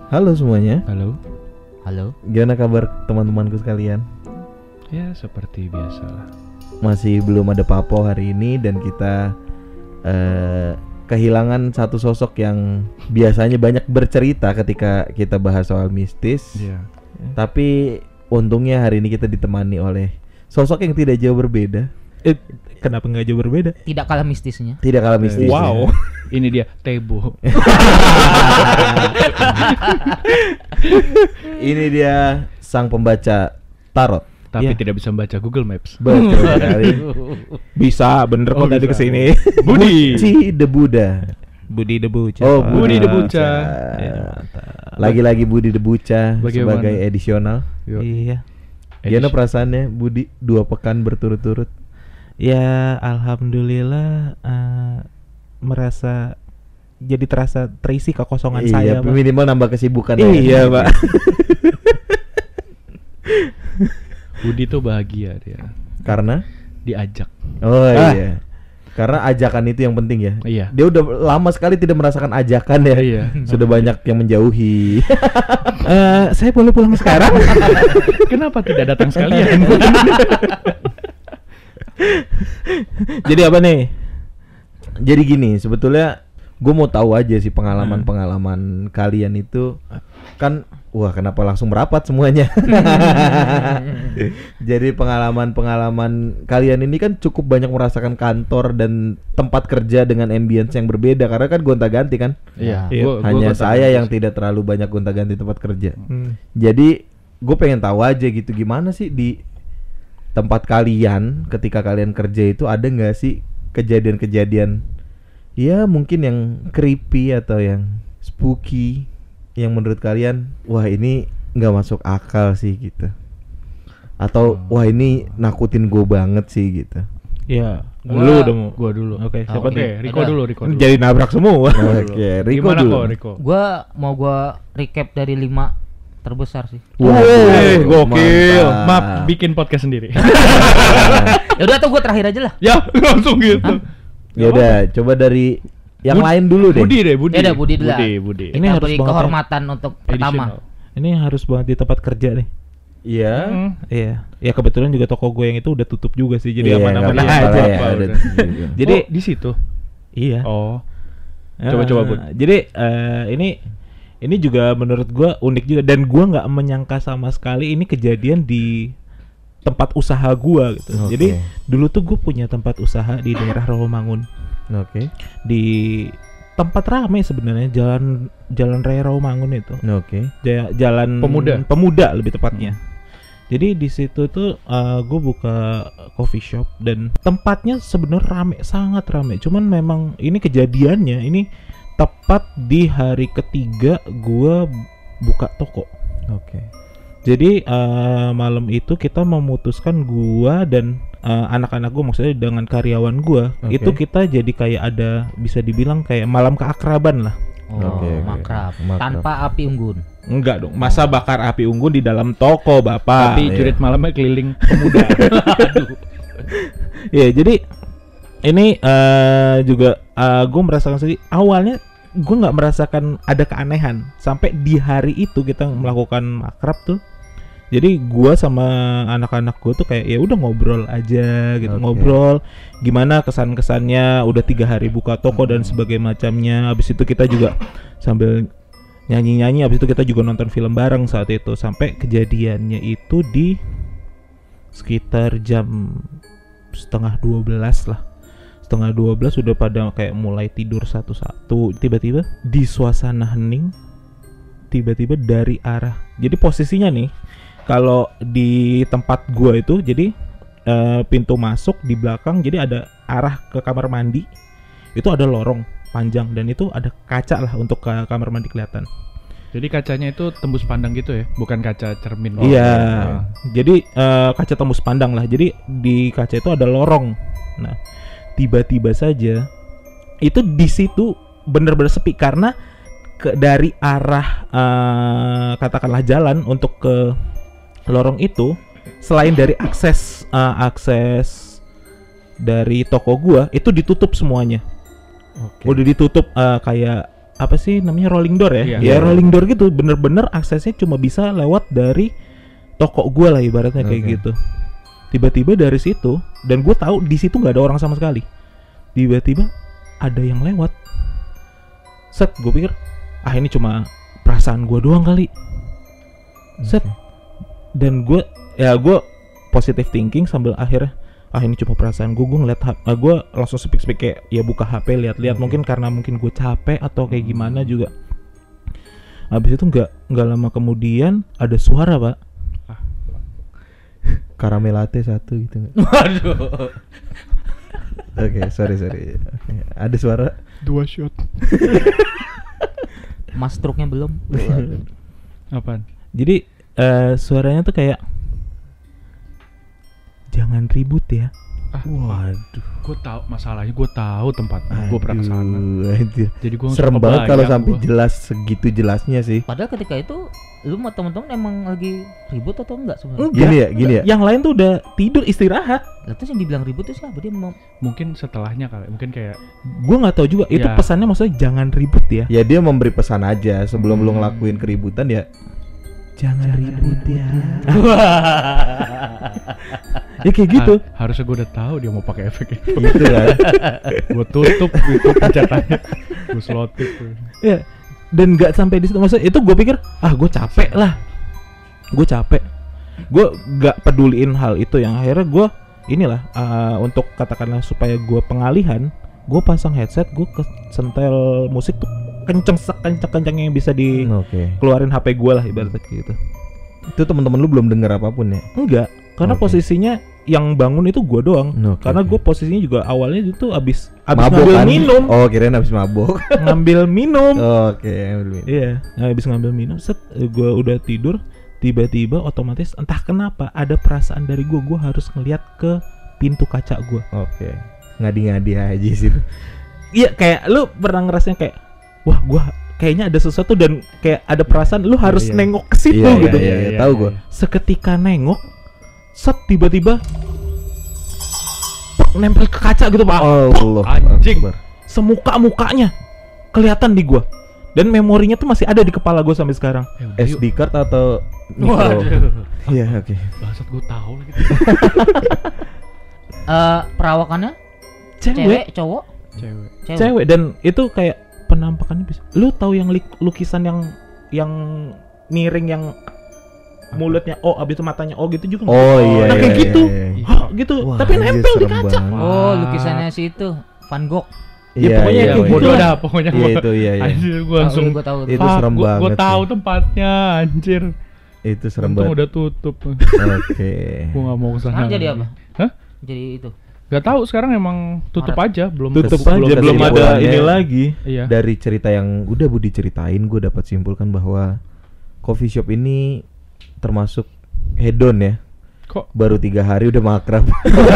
Halo semuanya. Halo. Halo. Gimana kabar teman-temanku sekalian? Ya seperti biasalah. Masih belum ada Papo hari ini dan kita kehilangan satu sosok yang biasanya banyak bercerita ketika kita bahas soal mistis. Iya. Tapi untungnya hari ini kita ditemani oleh sosok yang tidak jauh berbeda. Kenapa nggak jauh berbeda? Tidak kalah mistisnya. Tidak kalah mistis. Wow. Ini dia Tebo. Ini dia sang pembaca tarot. Tapi Iya. tidak bisa membaca Google Maps. Betul sekali. Bisa, bener Oh, kok tadi bisa. kesini. Budi. Si the Buddha. Budi Debu. Oh, Budi the Buca. Ya, mantap. Lagi-lagi Budi the Buca Bagaimana? sebagai edisional. Yuk. Iya. Gimana perasaannya Budi 2 pekan berturut-turut? Ya, alhamdulillah terasa terisi kekosongan saya, Pak. minimal nambah kesibukan. Iya, Pak. Budi tuh bahagia dia. Karena Diajak. oh iya. Karena ajakan itu yang penting ya. Iya. Dia udah lama sekali tidak merasakan ajakan ya. Iya. Sudah banyak yang menjauhi. Saya boleh pulang sekarang? Kenapa tidak datang sekalian? Jadi apa nih? Jadi gini, sebetulnya gue mau tahu aja sih pengalaman-pengalaman kalian itu kan, wah kenapa langsung merapat semuanya? Jadi pengalaman-pengalaman kalian ini kan cukup banyak merasakan kantor dan tempat kerja dengan ambience yang berbeda karena kan gonta-ganti kan. Iya. Iya. Hanya saya yang tidak terlalu banyak gonta-ganti tempat kerja. Hmm. Jadi gue pengen tahu aja gitu gimana sih di tempat kalian ketika kalian kerja itu ada nggak sih kejadian-kejadian ya mungkin yang creepy atau yang spooky yang menurut kalian wah ini nggak masuk akal sih gitu atau wah ini nakutin gue banget sih gitu. Ya, Gua- lu udah mau. Gua dulu. Oke, siapa Oke, nih? Riko Ada. dulu, Riko dulu. Jadi nabrak semua. Oke, Riko Gimana dulu. kok, Riko? Gua recap dari 5 terbesar sih. Wah, gokil. mantap. Maaf, bikin podcast sendiri. Ya udah tuh gua terakhir aja lah. Ya, langsung gitu. Ya udah coba dari yang lain dulu deh. Budi deh, Budi. Ya udah, Budi dulu lah. Budi. Ini Kita harus beri banget ya. kehormatan untuk pertama. Additional. Ini harus banget di tempat kerja nih. Iya. Iya. Ya kebetulan juga toko gue yang itu udah tutup juga sih. Jadi Iya, aman-aman nggak aja. apa-apa ya, Apa udah. udah. Jadi Oh, di situ. iya. Oh. Ah, Coba-coba, Bud. Jadi ini juga menurut gue unik juga dan gue nggak menyangka sama sekali ini kejadian di tempat usaha gue gitu. Oke. Jadi dulu tuh gue punya tempat usaha di daerah Rawamangun, Oke. di tempat rame sebenarnya, jalan Raya Rawamangun itu. Oke. Jalan Pemuda. lebih tepatnya. Jadi di situ tuh gue buka coffee shop dan tempatnya sebenarnya rame, sangat rame. Cuman memang ini kejadiannya ini tepat di hari ketiga gue buka toko. Oke. Jadi malam itu kita memutuskan gua dan anak-anak gue, maksudnya dengan karyawan gua, Oke. itu kita jadi kayak ada, bisa dibilang kayak malam keakraban lah. Oh, Oke. makrab. Makrab. Tanpa api unggun. Enggak dong, masa bakar api unggun di dalam toko, Bapak. Tapi iya. jurit malamnya keliling pemuda. Ya, jadi ini juga gue merasakan sendiri. Awalnya gue nggak merasakan ada keanehan sampai di hari itu kita melakukan makrab tuh. Jadi gue sama anak-anak gue tuh kayak ya udah ngobrol aja gitu, Oke. ngobrol gimana kesan-kesannya udah 3 hari buka toko dan sebagainya macamnya. Habis itu kita juga sambil nyanyi-nyanyi, habis itu kita juga nonton film bareng saat itu sampai kejadiannya itu di sekitar jam 11:30 lah. 11:30 udah pada kayak mulai tidur satu-satu. Tiba-tiba di suasana hening, tiba-tiba dari arah, jadi posisinya nih kalau di tempat gua itu jadi pintu masuk di belakang, jadi ada arah ke kamar mandi, itu ada lorong panjang dan itu ada kaca lah untuk ke kamar mandi kelihatan. Jadi kacanya itu tembus pandang gitu ya, bukan kaca cermin. Iya, jadi kaca tembus pandang lah. Jadi di kaca itu ada lorong. Nah, tiba-tiba saja itu di situ benar-benar sepi karena dari arah katakanlah jalan untuk ke lorong itu, selain dari akses dari toko gua itu ditutup semuanya. Oke. Udah ditutup kayak apa sih namanya rolling door ya? Iya. Ya rolling door gitu, bener-bener aksesnya cuma bisa lewat dari toko gue lah ibaratnya kayak Oke. gitu. Tiba-tiba dari situ, dan gue tahu di situ nggak ada orang sama sekali. Tiba-tiba ada yang lewat. Set, gue pikir ini cuma perasaan gue doang kali. Set, dan gue positive thinking sambil akhirnya ini cuma perasaan gue ngeliat gue langsung speak kayak ya buka HP lihat-lihat mungkin karena mungkin gue capek atau kayak gimana juga. Habis itu nggak lama kemudian ada suara, Pak. Karamel latte 1 gitu nggak? Waduh. Oke, sorry. Oke. Ada suara. 2 shot. Mas truknya belum. Apaan? Jadi suaranya tuh kayak jangan ribut ya. Waduh. Gue tahu masalahnya, gue tahu tempatnya. Gue pernah kesana. Anjir. Jadi gue Serem banget kalau sampai jelas segitu jelasnya sih. Padahal ketika itu lu sama temen-temen emang lagi ribut atau enggak sebenarnya? Gini ya. Yang lain tuh udah tidur istirahat. Lah terus yang dibilang ribut itu siapa? Dia mau Mungkin setelahnya kali, mungkin kayak Gue nggak tahu juga itu Ya. pesannya maksudnya jangan ribut ya. Ya dia memberi pesan aja sebelum lu ngelakuin keributan ya. Jangan ribut ya. Ya kayak gitu. harusnya gue udah tahu dia mau pakai efek itu. Gitu kan. Gue tutup itu pencetannya. Gue selotip. Ya. Dan nggak sampai di situ, maksudnya itu gue pikir gue capek lah. Gue capek. Gue nggak peduliin hal itu, yang akhirnya gue inilah untuk katakanlah supaya gue pengalihan, gue pasang headset, gue sentel musik tuh kenceng-kenceng yang bisa Oke. dikeluarin HP gue lah ibaratnya kayak gitu. Itu teman-teman lu belum dengar apapun ya? Enggak, karena Oke. posisinya yang bangun itu gue doang. Oke, Karena oke. gue posisinya juga awalnya itu abis Mabok ngambil kan? minum, Oh, kirain habis mabok. ngambil minum. Oke, ambil minum. Iya, habis ngambil minum, set gue udah tidur, tiba-tiba otomatis entah kenapa ada perasaan dari gue harus ngeliat ke pintu kaca gue. Oke. Ngadi-ngadi aja sih. Iya, kayak lu pernah ngerasain kayak, wah gue kayaknya ada sesuatu dan kayak ada perasaan lu harus iya. nengok ke situ Iya, gitu. iya, tahu gua. Seketika nengok, set tiba-tiba pek, nempel ke kaca gitu Pak. Allah. Anjing. Akbar. Semuka-mukanya kelihatan di gua. Dan memorinya tuh masih ada di kepala gua sampai sekarang. SD card atau micro? Waduh. Iya, oke. Bangsat gue tahu lagi. perawakannya cewek, cowok, Cewek. Cewek, dan itu kayak penampakannya bisa. Lu tahu yang lukisan yang miring yang mulutnya abis itu matanya gitu juga nggak? Oh iya. Nah, kayak iya, gitu. iya, iya. Hah, gitu. Wah, Tapi anjir, nempel di serem kaca. banget. Oh, lukisannya si itu Van Gogh. Ya, pokoknya iya, kayak iya. gitu Bodoh lah. dah pokoknya. Iya itu iya. Anjir gue Oh, langsung. gue tahu. Itu serem Gue banget tahu sih. tempatnya anjir. Itu serem Untung banget. udah tutup. Oke. Gue gak mau kesana. Sekarang jadi apa? Hah? Jadi itu. Gak tahu sekarang emang tutup Maret. aja, belum Tutup Belum aja, belum ada kesimpulannya. ini lagi. Iya. Dari cerita yang udah Budi ceritain, gue dapat simpulkan bahwa coffee shop ini termasuk hedon ya. Kok Baru 3 hari udah makrab.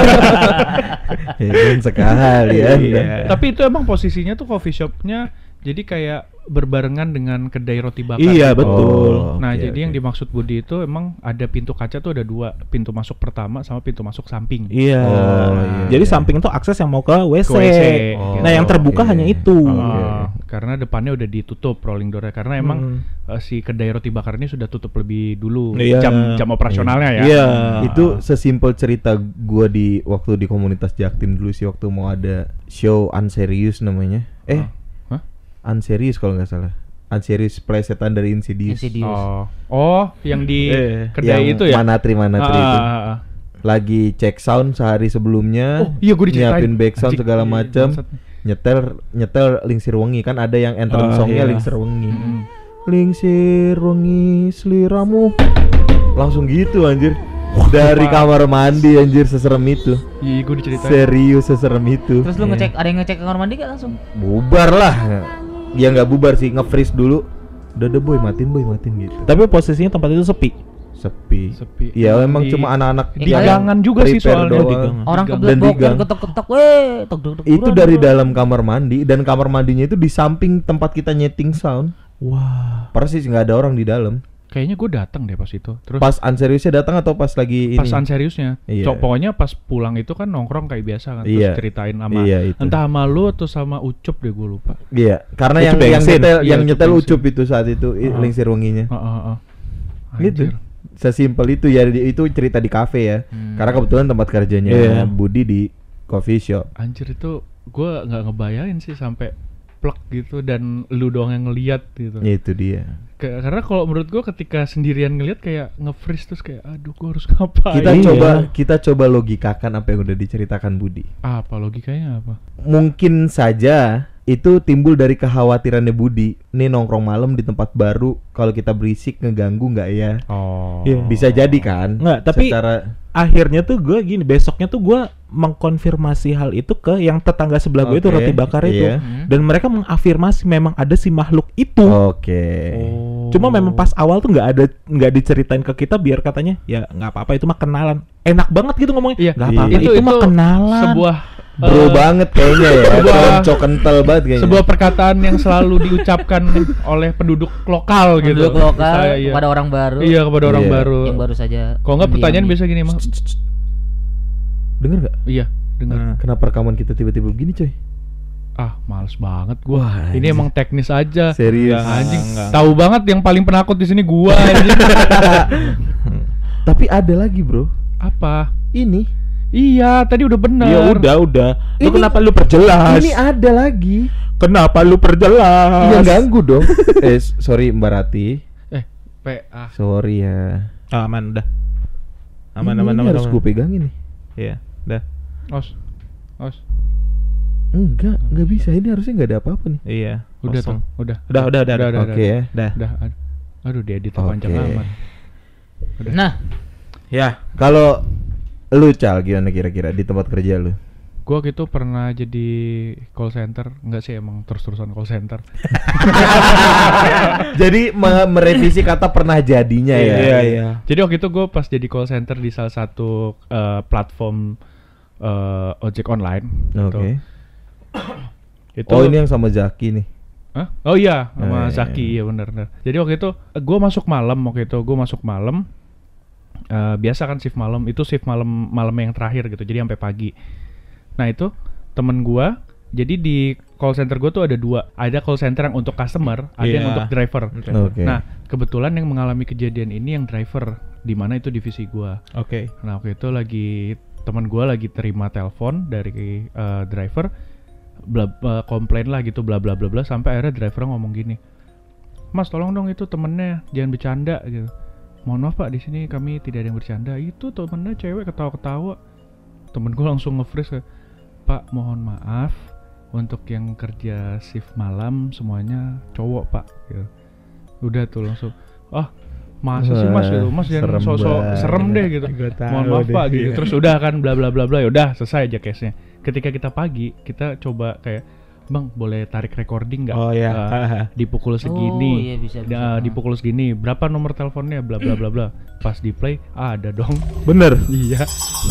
Hedon sekali ya. Iya. tapi itu emang posisinya tuh coffee shopnya jadi kayak berbarengan dengan kedai roti bakar. Iya, gitu. betul. Nah, oke, jadi oke. yang dimaksud Budi itu emang ada pintu kaca tuh ada 2, pintu masuk pertama sama pintu masuk samping. Iya. Oh, iya, Jadi iya. samping tuh akses yang mau ke WC. Ke WC. Oh, Nah, yang terbuka oke. hanya itu. Ah, karena depannya udah ditutup rolling door-nya karena emang si kedai roti bakar ini sudah tutup lebih dulu Iya. jam operasionalnya ya. Iya. Itu sesimpel cerita gua di waktu di komunitas Jaktim dulu sih, waktu mau ada show Unserious namanya. Hah? Unserious kalau nggak salah. Unserious plesetan dari Insidious. Insidious. Oh, yang di kedai Yang itu ya. Manatri itu. Ah. Lagi cek sound sehari sebelumnya. Oh, iya gue diceritain. Nyiapin back sound Anjing, segala iya, macam. bangsat. Nyetel Lingsir Wengi kan ada yang entrance songnya iya. Lingsir Wengi. Mm. Lingsir Wengi seliramu. Langsung gitu anjir. Dari kamar mandi anjir, seserem itu. Iya, gue diceritain. Serius seserem itu. Terus lu ngecek, ada yang ngecek ke kamar mandi gak langsung? Bubar lah. Ya nggak bubar sih, nge-freeze dulu. Udah boy matiin gitu. Tapi posisinya tempat itu sepi. Sepi. Sepi. Ya emang Di- cuma anak-anak di yang gangan juga sih prepare soalnya. doang. Di gang. Orang gang. kebelet Dan di boker, gang. ketok-ketok, tok. Itu dari dalam kamar mandi, dan kamar mandinya itu di samping tempat kita nyeting sound. Wah. Persis nggak ada orang di dalam. Kayaknya gue datang deh pas itu. Terus Pas unseriusnya datang atau pas lagi pas ini? seriusnya. Iya. Pokoknya pas pulang itu kan nongkrong kayak biasa kan. Terus Iya. ceritain sama Iya, itu. entah sama lu atau sama Ucup deh, gue lupa. Iya, karena Ucup yang bensin. nyetel Iya, yang Ucup nyetel bensin. Ucup itu saat itu Lingsir Wenginya. Gitu. Anjir. Sesimpel itu ya, itu cerita di kafe ya. Karena kebetulan tempat kerjanya Iya. Budi di coffee shop. Anjir itu gue nggak ngebayangin sih sampai plek gitu dan lu doang yang ngeliat gitu. Itu dia. Karena kalau menurut gue ketika sendirian ngeliat kayak nge-freeze terus kayak aduh gue harus ngapain. Kita coba logikakan apa yang udah diceritakan Budi. Apa logikanya apa? Mungkin saja itu timbul dari kekhawatirannya Budi. Nih nongkrong malam di tempat baru, kalau kita berisik ngeganggu nggak ya? Oh. Iya. Bisa jadi kan? Nggak, tapi secara akhirnya tuh gue gini, besoknya tuh gue mengkonfirmasi hal itu ke yang tetangga sebelah gue itu Oke, roti bakar itu, iya. dan mereka mengafirmasi memang ada si makhluk itu. Oke. Oh. Cuma memang pas awal tuh nggak diceritain ke kita biar katanya ya nggak apa-apa itu mah kenalan. Enak banget gitu ngomongnya. Iya. Nggak apa-apa Iya. itu mah kenalan. Sebuah Bro banget kayaknya ya. sebuah- Konco kental banget kayaknya. sebuah perkataan yang selalu diucapkan oleh penduduk lokal gitu. Penduduk lokal Saya, iya. kepada orang baru Iya, kepada orang Iya. baru. yang baru saja Kalau nggak pertanyaan mendiami. biasa gini mah. Denger gak? Iya, dengar. Nah. Kenapa rekaman kita tiba-tiba begini coy? Ah, males banget gua. Wah, Ini anjing. emang teknis aja. Serius. Anjing, Enggak. tahu banget yang paling penakut di sini gua anjing. Tapi ada lagi bro. Apa? Ini. Iya, tadi udah bener. Ya udah. Lu Ini- kenapa lu perjelas? Ini ada lagi. Kenapa lu perjelas? Yang ganggu dong. Sorry Mbak Rati. PA. Sorry ya. Aman udah. Aman. Ini harus gue pegangin nih. Iya, udah. Os. Enggak bisa. Ini harusnya nggak ada apa-apa nih. Iya. Udah kosong. tuh, udah. Udah. Oke ya. Udah. Aduh, dia edit Oke. panjang amat. Udah. Nah, Ya. Kalau lu Cal gimana kira-kira di tempat kerja lu? Gua gitu pernah jadi call center. Enggak sih, emang terus-terusan call center. Jadi merevisi kata pernah jadinya ya. Iya. Jadi waktu itu gue pas jadi call center di salah satu platform ojek online. Oke. Itu, Oh ini yang sama Zaki nih. Hah? Oh iya, sama iya. Zaki, iya benar. Jadi waktu itu gue masuk malam. Biasa kan shift malam, itu shift malam yang terakhir gitu. Jadi sampai pagi. Nah itu temen gue. Jadi di call center gue tuh ada dua. Ada call center yang untuk customer, ada yang Iya. untuk driver. Oke. Nah kebetulan yang mengalami kejadian ini yang driver, di mana itu divisi gue. Oke. Nah waktu itu teman gue lagi terima telepon dari driver, komplain lah gitu bla bla bla bla, sampai akhirnya driver ngomong gini, Mas tolong dong itu temennya jangan bercanda gitu. Mohon maaf Pak, di sini kami tidak ada yang bercanda. Itu temennya cewek ketawa-ketawa. Temen gue langsung nge-freeze, Pak mohon maaf untuk yang kerja shift malam semuanya cowok Pak gitu. Udah tuh langsung masa sih Mas gitu, Mas yang Serem sosok banget. serem deh gitu. Gua tahu Mohon maaf deh. Pak gitu. Terus udah kan bla bla bla bla, udah selesai aja case-nya. Ketika kita pagi, kita coba kayak, Bang boleh tarik recording nggak? Oh, ya. Dipukul segini. Oh, iya, bisa. Dipukul segini. Berapa nomor teleponnya? Bla bla bla bla. Pas di play, ada dong. Bener. Iya.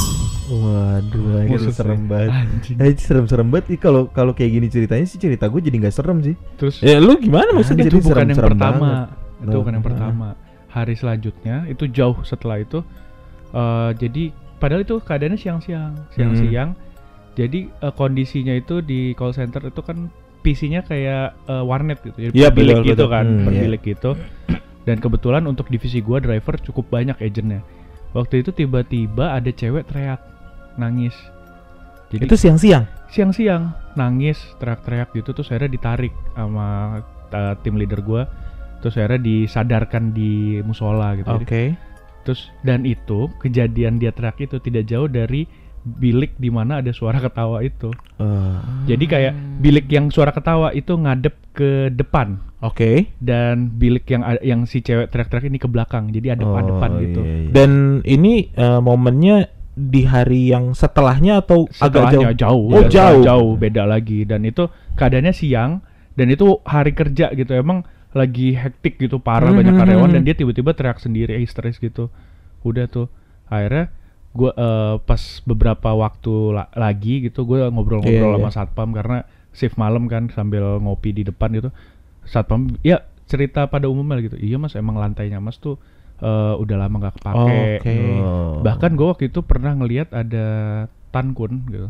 Waduh, ini Khusus serem ya. banget. Anjing. Serem-serem banget. Ih, kalau kayak gini ceritanya sih cerita gue jadi nggak serem sih. Terus Ya lu gimana maksudnya? Anjir, itu bukan yang serem-serem pertama. banget. Itu bukan yang Oh. pertama. Hari selanjutnya itu jauh setelah itu. Jadi padahal itu keadaannya siang-siang. Jadi kondisinya itu di call center itu kan PC-nya kayak warnet gitu. Jadi Iya, per bilik betul, gitu betul. kan, per Iya. bilik gitu. Dan kebetulan untuk divisi gua driver cukup banyak agentnya. Waktu itu tiba-tiba ada cewek teriak, nangis. Jadi Itu siang-siang. siang-siang nangis, teriak-teriak gitu, terus akhirnya ditarik sama tim leader gua. Terus akhirnya disadarkan di musola gitu. Jadi, Oke. terus dan itu kejadian dia teriak itu tidak jauh dari bilik di mana ada suara ketawa itu. Jadi kayak bilik yang suara ketawa itu ngadep ke depan Oke. dan bilik yang si cewek teriak-teriak ini ke belakang. Jadi ada depan gitu. Iya. Dan ini momennya di hari yang setelahnya atau agak Setelahnya jauh? jauh. Oh, ya, jauh. beda lagi, dan itu keadaannya siang dan itu hari kerja gitu, emang lagi hektik gitu, parah, banyak karyawan, dan dia tiba-tiba teriak sendiri, histeris gitu. Udah tuh akhirnya gue pas beberapa waktu lagi gitu gue ngobrol-ngobrol Iya, sama iya. satpam karena shift malam kan, sambil ngopi di depan gitu. Satpam ya cerita pada umumnya gitu. Iya mas, emang lantainya mas tuh udah lama nggak kepake. Oke. Oh. Bahkan gue waktu itu pernah ngelihat ada tankun gitu.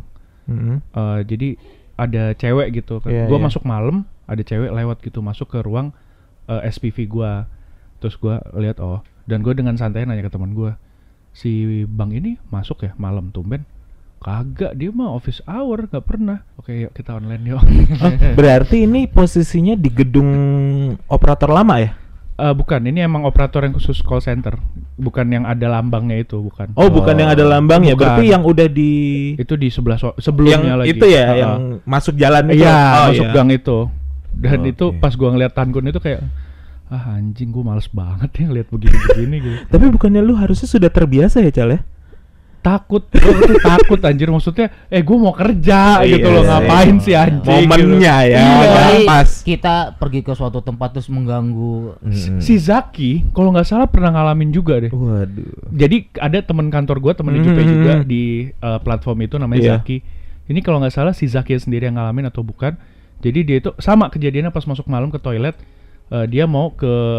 Jadi ada cewek gitu kan. Iya, Gue iya. masuk malam, ada cewek lewat gitu masuk ke ruang SPV gue. Terus gue lihat dan gue dengan santai nanya ke teman gue, si bang ini masuk ya malam tumben? Kagak, dia mah office hour, nggak pernah. Oke, yuk kita online yuk. Berarti ini posisinya di gedung operator lama ya? Bukan, ini emang operator yang khusus call center, bukan yang ada lambangnya itu, bukan. Oh, bukan yang ada lambang ya? Bukan. Berarti yang udah di Itu di sebelah sebelumnya yang lagi. itu ya, yang masuk jalan itu. Iya, Oh, masuk iya. gang itu. Dan Oke. itu pas gua ngeliat tankun itu kayak anjing, gua males banget ya ngeliat begini-begini gitu. Tapi bukannya lu harusnya sudah terbiasa ya, Cal ya? Takut, gua tuh takut anjir, maksudnya gua mau kerja Iya, gitu loh, iya. ngapain sih anjing Momennya gitu. ya, Iya. nggak Jadi pas. kita pergi ke suatu tempat terus mengganggu. Si Zaki kalau nggak salah pernah ngalamin juga deh. Waduh. Jadi ada teman kantor gua, temen Jupe juga di platform itu namanya Iya. Zaki. Ini kalau nggak salah si Zaki sendiri yang ngalamin atau bukan. Jadi dia itu sama kejadiannya pas masuk malam ke toilet, dia mau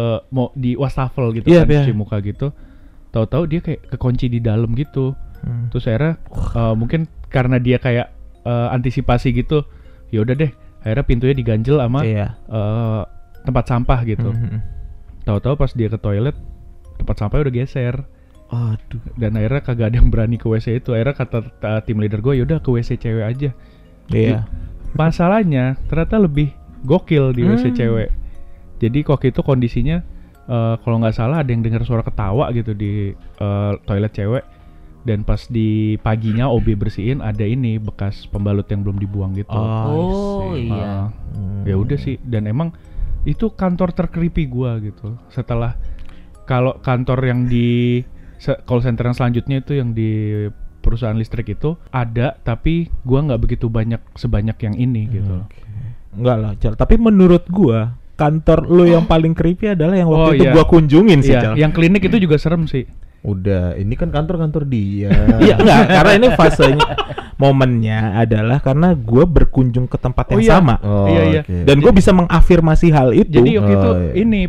di wastafel gitu Iya, kan, iya. cuci muka gitu. Tahu-tahu dia kayak kekunci di dalam gitu. Terus akhirnya mungkin karena dia kayak antisipasi gitu, ya udah deh, akhirnya pintunya diganjel sama Iya. tempat sampah gitu. Tahu-tahu pas dia ke toilet, tempat sampahnya udah geser. Aduh. Dan akhirnya kagak ada yang berani ke WC itu. Akhirnya kata tim leader gue, yaudah ke WC cewek aja. Iya. Masalahnya ternyata lebih gokil di WC cewek. Jadi waktu itu kondisinya kalau nggak salah ada yang dengar suara ketawa gitu di toilet cewek. Dan pas di paginya OB bersihin ada ini bekas pembalut yang belum dibuang gitu. Oh iya. Ya udah sih. Dan emang itu kantor tercreepy gua gitu. Setelah kalau kantor yang di call center yang selanjutnya itu yang di perusahaan listrik itu ada, tapi gua nggak begitu sebanyak yang ini gitu. Enggak lah, Cal. Tapi menurut gua, kantor lu yang paling creepy adalah yang waktu itu iya. gua kunjungin sih, Iya, Cal. yang klinik itu juga serem sih. Udah, ini kan kantor-kantor dia. Iya, enggak, karena ini fasenya momennya adalah karena gua berkunjung ke tempat yang iya. sama. Oh, Iya, iya. oke. Dan gue bisa mengafirmasi hal itu. Jadi waktu itu Oh, iya. ini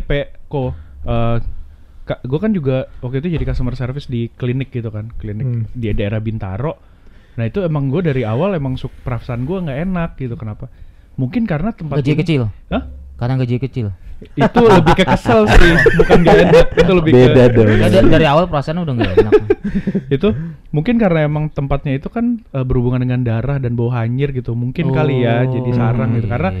gue kan juga waktu itu jadi customer service di klinik gitu kan, klinik di daerah Bintaro. Nah itu emang gue dari awal emang perasaan gue nggak enak gitu. Kenapa? Mungkin karena tempat Gaji ini- kecil. Hah? Karena gaji kecil. Itu lebih ke kesel sih, bukan gak enak. Itu lebih Beda ke dong. Ya, dari awal perasaan udah nggak enak. itu mungkin karena emang tempatnya itu kan berhubungan dengan darah dan bau hanyir gitu. Mungkin kali ya jadi sarang gitu. Karena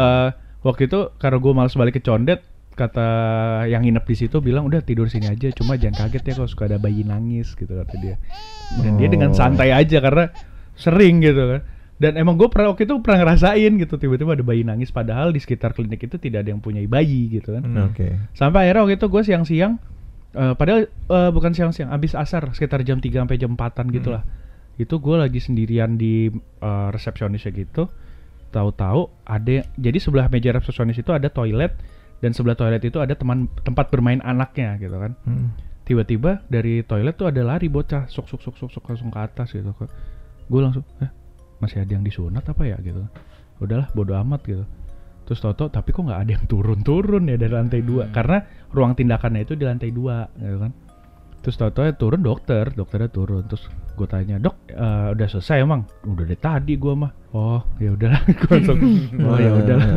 waktu itu karena gue malas balik ke Condet, kata yang nginep di situ bilang udah tidur sini aja, cuma jangan kaget ya kalau suka ada bayi nangis gitu kata dia. Dan dia dengan santai aja karena sering gitu kan. Dan emang gue waktu itu pernah ngerasain gitu, tiba-tiba ada bayi nangis padahal di sekitar klinik itu tidak ada yang punya bayi gitu kan. Oke. Sampai akhirnya waktu itu gue siang-siang, padahal bukan siang-siang, abis asar sekitar jam 3 sampai jam 4-an gitu lah. Itu gue lagi sendirian di resepsionisnya gitu. Tahu-tahu ada, jadi sebelah meja resepsionis itu ada toilet, dan sebelah toilet itu ada tempat bermain anaknya gitu kan. Tiba-tiba dari toilet tuh ada lari bocah, sok langsung ke atas gitu. Gue langsung, masih ada yang disunat apa ya gitu. Udahlah bodo amat gitu. Terus tau-tau tapi kok nggak ada yang turun ya dari lantai 2, karena ruang tindakannya itu di lantai 2 gitu kan. Terus tau-tau ya turun dokternya turun. Terus gue tanya, dok udah selesai emang? Udah dari tadi gue mah. Oh ya udahlah. Gue langsung oh ya udahlah.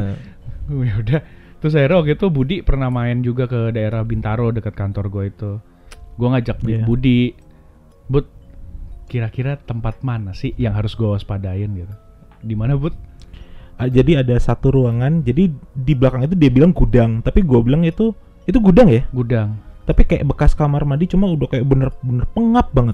Ya udah. Terus akhirnya waktu itu Budi pernah main juga ke daerah Bintaro dekat kantor gue itu. Gue ngajak Budi, Bud, kira-kira tempat mana sih yang harus gue waspadain gitu? Di mana, Bud? Jadi ada satu ruangan, jadi di belakang itu dia bilang gudang, tapi gue bilang itu gudang ya. Gudang. Tapi kayak bekas kamar mandi, cuma udah kayak bener-bener pengap banget.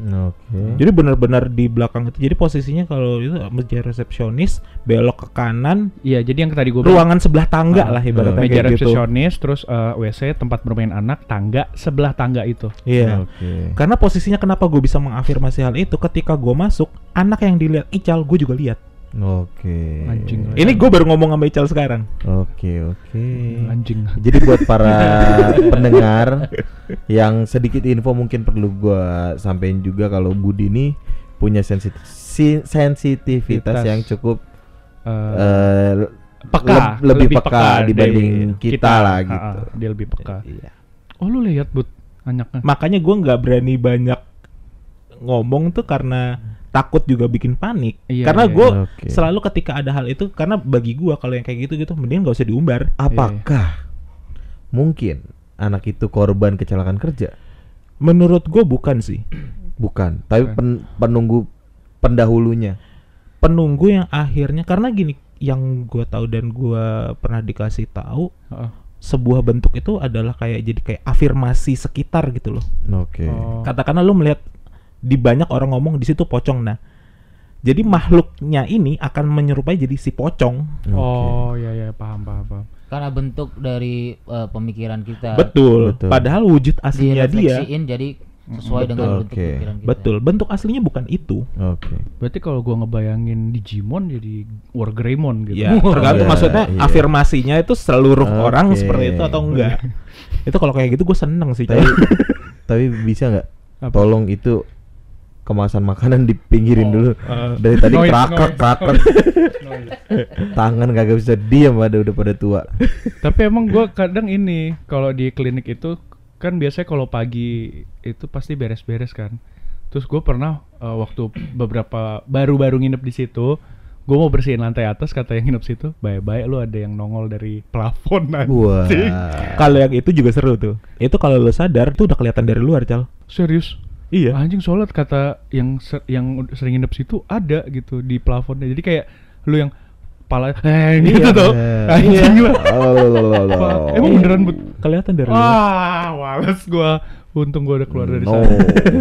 Oke. Jadi benar-benar di belakang itu. Jadi posisinya kalau itu meja resepsionis, belok ke kanan, Iya, jadi yang tadi gue bilang ruangan sebelah tangga lah ibaratnya meja kayak gitu. resepsionis, terus WC, tempat bermain anak, tangga, sebelah tangga itu. Iya. Oke. Karena posisinya kenapa gue bisa mengafirmasi hal itu, ketika gue masuk, anak yang dilihat Ical, gue juga lihat. Oke. Anjing. Ini gue baru ngomong sama Ical sekarang. Oke. Anjing. Jadi buat para pendengar yang sedikit info mungkin perlu gua sampein juga kalau Budi ini punya sensitivitas yang cukup Peka, lebih peka dibanding dari kita lah gitu. Dia lebih peka. Iya. Oh lu lihat Bud anaknya. Makanya gue nggak berani banyak ngomong tuh karena takut juga bikin panik. Iya, Karena iya, gue Oke. selalu ketika ada hal itu, karena bagi gue kalau yang kayak gitu mending nggak usah diumbar. Apakah mungkin anak itu korban kecelakaan kerja? Menurut gue bukan sih. Bukan, tapi penunggu pendahulunya. Penunggu yang akhirnya, karena gini, yang gue tahu dan gue pernah dikasih tahu, Heeh. sebuah bentuk itu adalah jadi kayak afirmasi sekitar gitu loh. Oke. Oh. Katakanlah lu melihat di banyak orang ngomong di situ pocong, nah jadi makhluknya ini akan menyerupai jadi si pocong. Oh ya paham. Karena bentuk dari pemikiran kita Betul. Betul. Padahal wujud aslinya dia. direfleksiin jadi sesuai dengan bentuk Oke. pikiran kita. Betul. Bentuk aslinya bukan itu. Oke. Berarti kalau gua ngebayangin Digimon jadi Wargreymon gitu. Ya, tergantung Iya, maksudnya iya. afirmasinya itu seluruh Oke. orang seperti itu atau enggak. Itu kalau kayak gitu gue seneng sih. Tapi, Coy. tapi bisa nggak? Apa? Tolong itu kemasan makanan dipinggirin dulu. Dari tadi Noise, krakak. Tangan kagak bisa diam, udah pada tua. Tapi emang gua kadang ini kalau di klinik itu kan biasanya kalau pagi itu pasti beres-beres kan. Terus gue pernah waktu beberapa baru-baru nginep di situ, gue mau bersihin lantai atas, kata yang nginep situ, bye-bye lu ada yang nongol dari plafon Wah. anjing. Kalau yang itu juga seru tuh. Itu kalau lo sadar tuh udah kelihatan dari luar, Cal. Serius? Iya. Anjing sholat kata yang sering nginep situ ada gitu di plafonnya. Jadi kayak lu yang pala gitu tuh. Anjing lah. Apa? Emang beneran Bud? Kelihatan dari luar. Males gua. Untung gua udah keluar dari No. sana.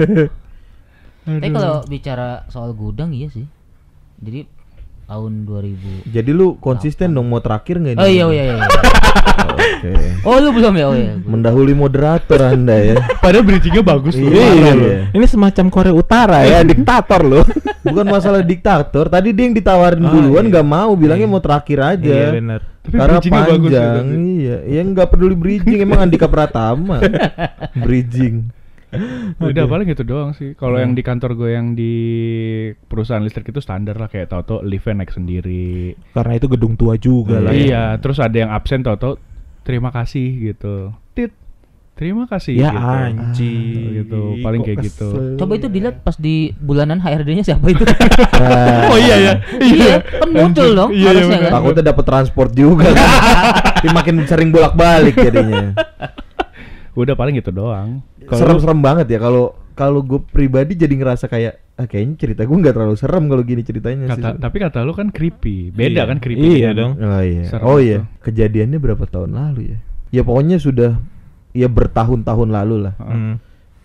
Tapi Aduh. kalau bicara soal gudang iya sih. Jadi tahun 2000. Jadi lu konsisten dong, mau terakhir nggak ini? Oh iya. Oke. Oh lu belum ya? Oh iya. Mendahului moderator Anda ya. Padahal bridgingnya bagus loh. Iya, Parah iya. loh. Ini semacam Korea Utara ya, diktator loh. Bukan masalah diktator. Tadi dia yang ditawarin Oh, duluan iya. nggak mau, bilangnya mau terakhir aja. Iya benar. Tapi Karena bridgingnya bagus gitu panjang. sih. Iya, yang nggak peduli bridging emang Andika Pratama. Bridging. Udah paling gitu doang sih. Kalau yang di kantor gue yang di perusahaan listrik itu standar lah, kayak tau-tau liftnya naik sendiri. Karena itu gedung tua juga lah. Iya, terus ada yang absen tau-tau terima kasih gitu. Tit. Terima kasih Ya gitu. anjing. Gitu, paling Kok kayak gitu. kesel. Coba itu dilihat pas di bulanan HRD-nya siapa itu? Oh iya ya. Iya, kan muncul dong Iya, harusnya bener. kan. Takutnya dapat transport juga. Tapi makin sering bolak-balik jadinya. Udah paling gitu doang. Serem-serem banget ya kalau gue pribadi jadi ngerasa kayak kayaknya cerita gue nggak terlalu serem kalau gini ceritanya sih. Tapi kata lu kan creepy. Beda Iya. kan creepy. Iya kan? dong. Oh iya. Serem Oh tuh. iya. Kejadiannya berapa tahun lalu ya? Ya pokoknya sudah ya bertahun-tahun lalu lah. Hmm.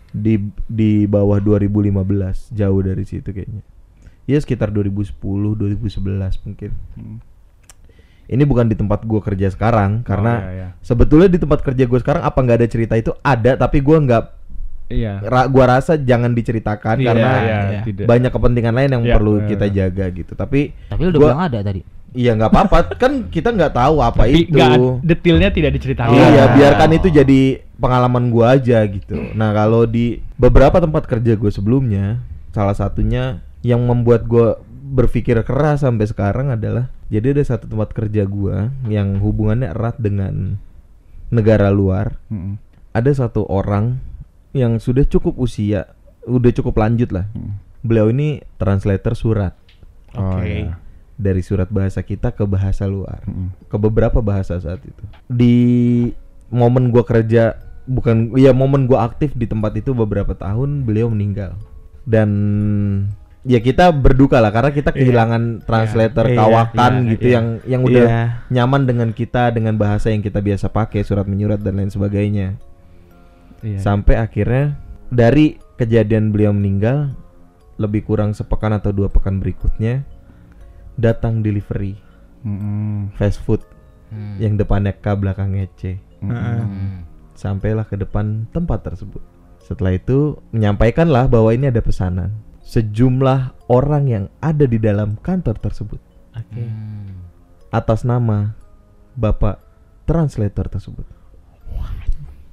Di bawah 2015, jauh dari situ kayaknya. Ya sekitar 2010, 2011 mungkin. Hmm. Ini bukan di tempat gua kerja sekarang karena iya, iya. sebetulnya di tempat kerja gua sekarang apa nggak ada cerita itu ada, tapi gua nggak Iya. gua rasa jangan diceritakan Iya, karena iya. tidak. banyak kepentingan lain yang Iya, perlu iya, kita iya. jaga gitu. Tapi Tapi lu udah gua- bilang ada tadi. iya nggak apa-apa kan kita nggak tahu apa Tapi itu. nggak detailnya tidak diceritakan. Iya, biarkan itu jadi pengalaman gua aja gitu. Nah, kalau di beberapa tempat kerja gue sebelumnya, salah satunya yang membuat gua berpikir keras sampai sekarang adalah jadi ada satu tempat kerja gua yang hubungannya erat dengan negara luar. Mm-mm. Ada satu orang yang sudah cukup usia, udah cukup lanjut lah. Beliau ini translator surat Oh, Oke. iya. dari surat bahasa kita ke bahasa luar. Mm-mm. Ke beberapa bahasa saat itu. Di momen gua kerja momen gua aktif di tempat itu beberapa tahun beliau meninggal. Dan ya kita berduka lah karena kita kehilangan translator Iya, kawakan iya, gitu iya. yang udah Iya. nyaman dengan kita dengan bahasa yang kita biasa pakai, surat menyurat dan lain sebagainya. Iya. Sampai akhirnya dari kejadian beliau meninggal lebih kurang sepekan atau 2 pekan berikutnya datang delivery Mm-mm. fast food yang depannya K belakangnya C. Mm-mm. Sampailah ke depan tempat tersebut. Setelah itu menyampaikanlah bahwa ini ada pesanan sejumlah orang yang ada di dalam kantor tersebut Oke. atas nama Bapak translator tersebut.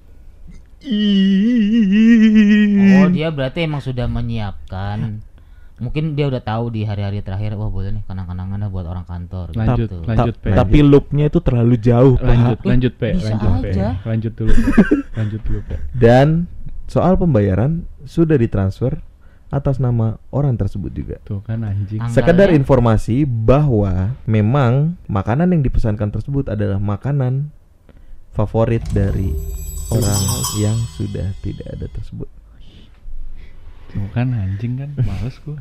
Oh, dia berarti emang sudah menyiapkan Mungkin dia udah tahu di hari-hari terakhir, wah boleh nih kenang-kenangan dah buat orang kantor. Lanjut, gitu. lanjut, Pe. Tapi loopnya itu terlalu jauh, Pak. Lanjut Pe, Bisa lanjut Pe. aja. Lanjut dulu Pe. Lanjut dulu Pe. Dan soal pembayaran sudah ditransfer atas nama orang tersebut juga. Tuh kan anjing. Sekedar Tanggalnya? informasi bahwa memang makanan yang dipesankan tersebut adalah makanan favorit dari orang yang sudah tidak ada tersebut. Tuh kan anjing kan, males gua.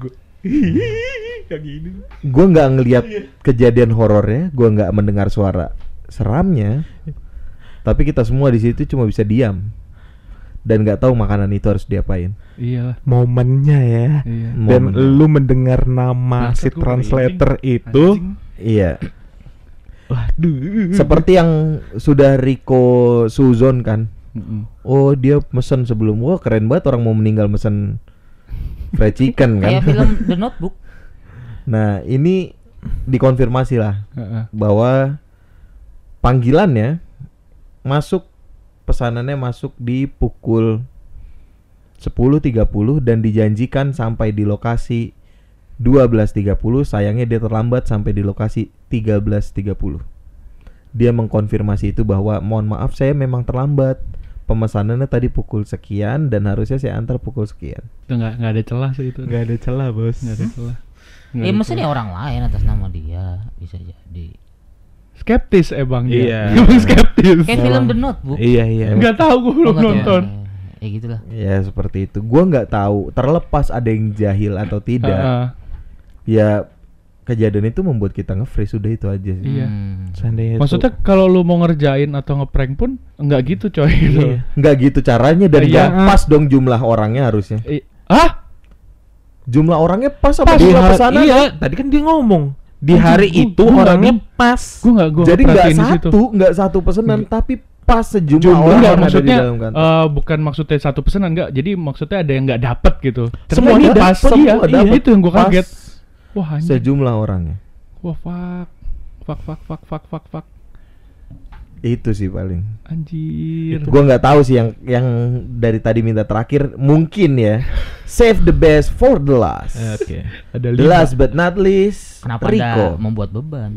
Gue nggak ngelihat kejadian horornya, gue nggak mendengar suara seramnya, tapi kita semua di situ cuma bisa diam dan nggak tahu makanan itu harus diapain. Iyalah. Momennya ya. Iya. Dan Momen. lu mendengar nama Bangsat, si gua translator merinding. itu, Anjing. Iya. waduh. Seperti yang sudah Rico suzon kan. Mm-mm. Oh dia mesen sebelum, wah keren banget orang mau meninggal mesen fried chicken Kayak kan. film The Notebook. Nah ini dikonfirmasi lah Heeh. bahwa panggilannya masuk, pesanannya masuk di pukul 10.30 dan dijanjikan sampai di lokasi 12.30. Sayangnya dia terlambat sampai di lokasi 13.30. Dia mengkonfirmasi itu bahwa mohon maaf saya memang terlambat, pemesanannya tadi pukul sekian dan harusnya saya antar pukul sekian. Itu nggak ada celah sih itu. Nggak ada celah, Bos. Nggak ada celah. Nggak ada Maksudnya celah. orang lain atas nama dia bisa jadi. Skeptis emang dia. Iya. Emang skeptis. Kayak film The Notebook. Iya, iya. Nggak tahu gua belum nggak tahu. nonton. Ya gitulah. Ya seperti itu. Gua nggak tahu terlepas ada yang jahil atau tidak. Heeh. Ya kejadian itu membuat kita nge-freeze, sudah itu aja sih. Iya. Seandainya Maksudnya kalau lu mau ngerjain atau ngeprank pun nggak gitu coy gitu. Iya. Nggak gitu caranya dan Iya. nggak pas dong jumlah orangnya harusnya. Ah? Jumlah orangnya pas apa Pas. jumlah pesanan? iya, tadi kan dia ngomong di Anjing, hari gua- itu gua orangnya nggak- pas. Gua Jadi nggak perhatiin di situ. satu pesanan tapi pas sejumlah Jumlah orang Enggak, yang ada di maksudnya dalam kantor. bukan maksudnya satu pesanan enggak. Jadi maksudnya ada yang enggak dapet gitu. Ternyata Semuanya ini dapet, pas. semua Iya, dapet. itu yang gua Pas kaget. Wah, anjing. sejumlah orangnya. Wah, fuck. Itu sih paling. Anjir. Gua nggak tahu sih yang dari tadi minta terakhir mungkin ya. Save the best for the last. Oke. Ada The 5. last but not least, Kenapa Rico. Anda membuat beban?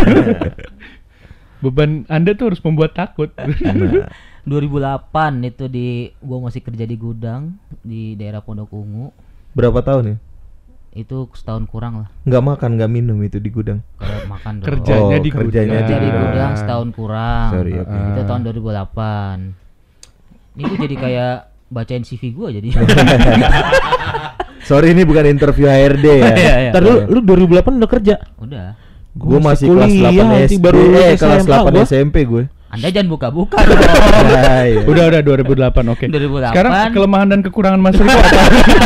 Beban Anda tuh harus membuat takut. Nah, 2008 itu gua masih kerja di gudang di daerah Pondok Ungu. berapa tahun ya? Itu setahun kurang lah. Nggak makan, nggak minum itu di gudang. Kalau makan dong. Kerjanya Oh, di kerjanya gudang. Kerja di gudang. gudang setahun kurang. Sorry, oke. Itu tahun 2008. Ini gue jadi kayak bacain CV gue jadi. Sorry ini bukan interview HRD ya. Iya, iya. Ntar lu 2008 udah kerja. Udah. Gue masih Kuliah, kelas 8 nanti SD, baru lulus kelas SMA 8 gua. SMP gue. Anda jangan buka-buka dong. Nah, iya. Udah 2008. Oke. 2008. Sekarang kelemahan dan kekurangan Mas Riko apa?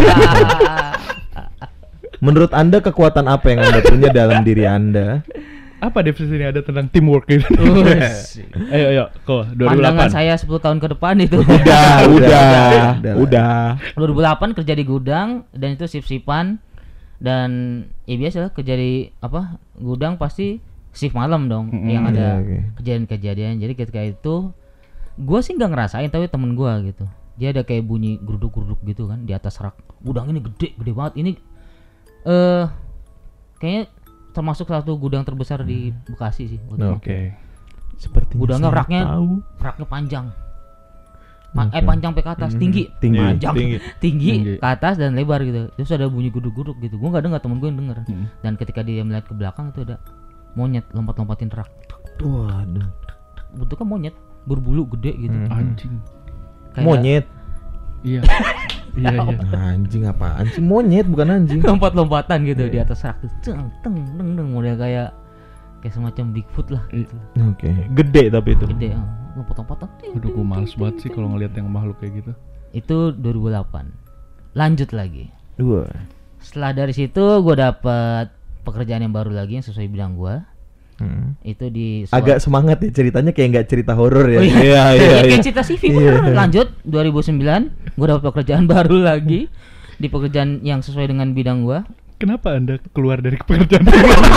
Menurut Anda kekuatan apa yang Anda punya dalam diri Anda? Apa definisinya ada tentang teamwork gitu? Ayo, kok 2008. Pandangan saya 10 tahun ke depan itu. Udah. 2008 kerja di gudang dan itu shift-shiftan dan ya biasa lah kerja di gudang pasti shift malam dong yang ada Iya, oke. kejadian-kejadian. Jadi ketika itu gue sih nggak ngerasain tapi temen gue gitu dia ada kayak bunyi geruduk-geruduk gitu kan di atas rak. Gudang ini gede banget ini kayaknya termasuk satu gudang terbesar di Bekasi sih. Oke. Seperti Gudangnya raknya tahu. raknya panjang. Panjang sampai ke atas, tinggi. Tinggi. Panjang. Tinggi. Tinggi Tinggi. ke atas dan lebar gitu. Terus ada bunyi guduk-guduk gitu. Gue nggak dengar, temen gue yang denger. Hmm. Dan ketika dia melihat ke belakang itu ada monyet lompat-lompatin rak. Waduh. Bentuknya monyet, berbulu gede gitu. Anjing. Kayak Monyet. Iya. Iya. Anjing apaan sih? Monyet bukan anjing. lompat-lompatan gitu di atas rak. Teng teng teng teng model kayak semacam Bigfoot lah gitu. Oke. Gede tapi itu. Gede, lompat-lompatan. Aduh, gue males banget sih kalau ngeliat yang makhluk kayak gitu. Itu 2008. Lanjut lagi. Dua. Setelah dari situ gue dapet pekerjaan yang baru lagi yang sesuai bidang gue. Itu di Agak semangat ya ceritanya, kayak nggak cerita horor ya. Oh, Iya, Kayak cerita CV bener. Lanjut 2009 gue dapat pekerjaan baru lagi di pekerjaan yang sesuai dengan bidang gue. Kenapa Anda keluar dari pekerjaan?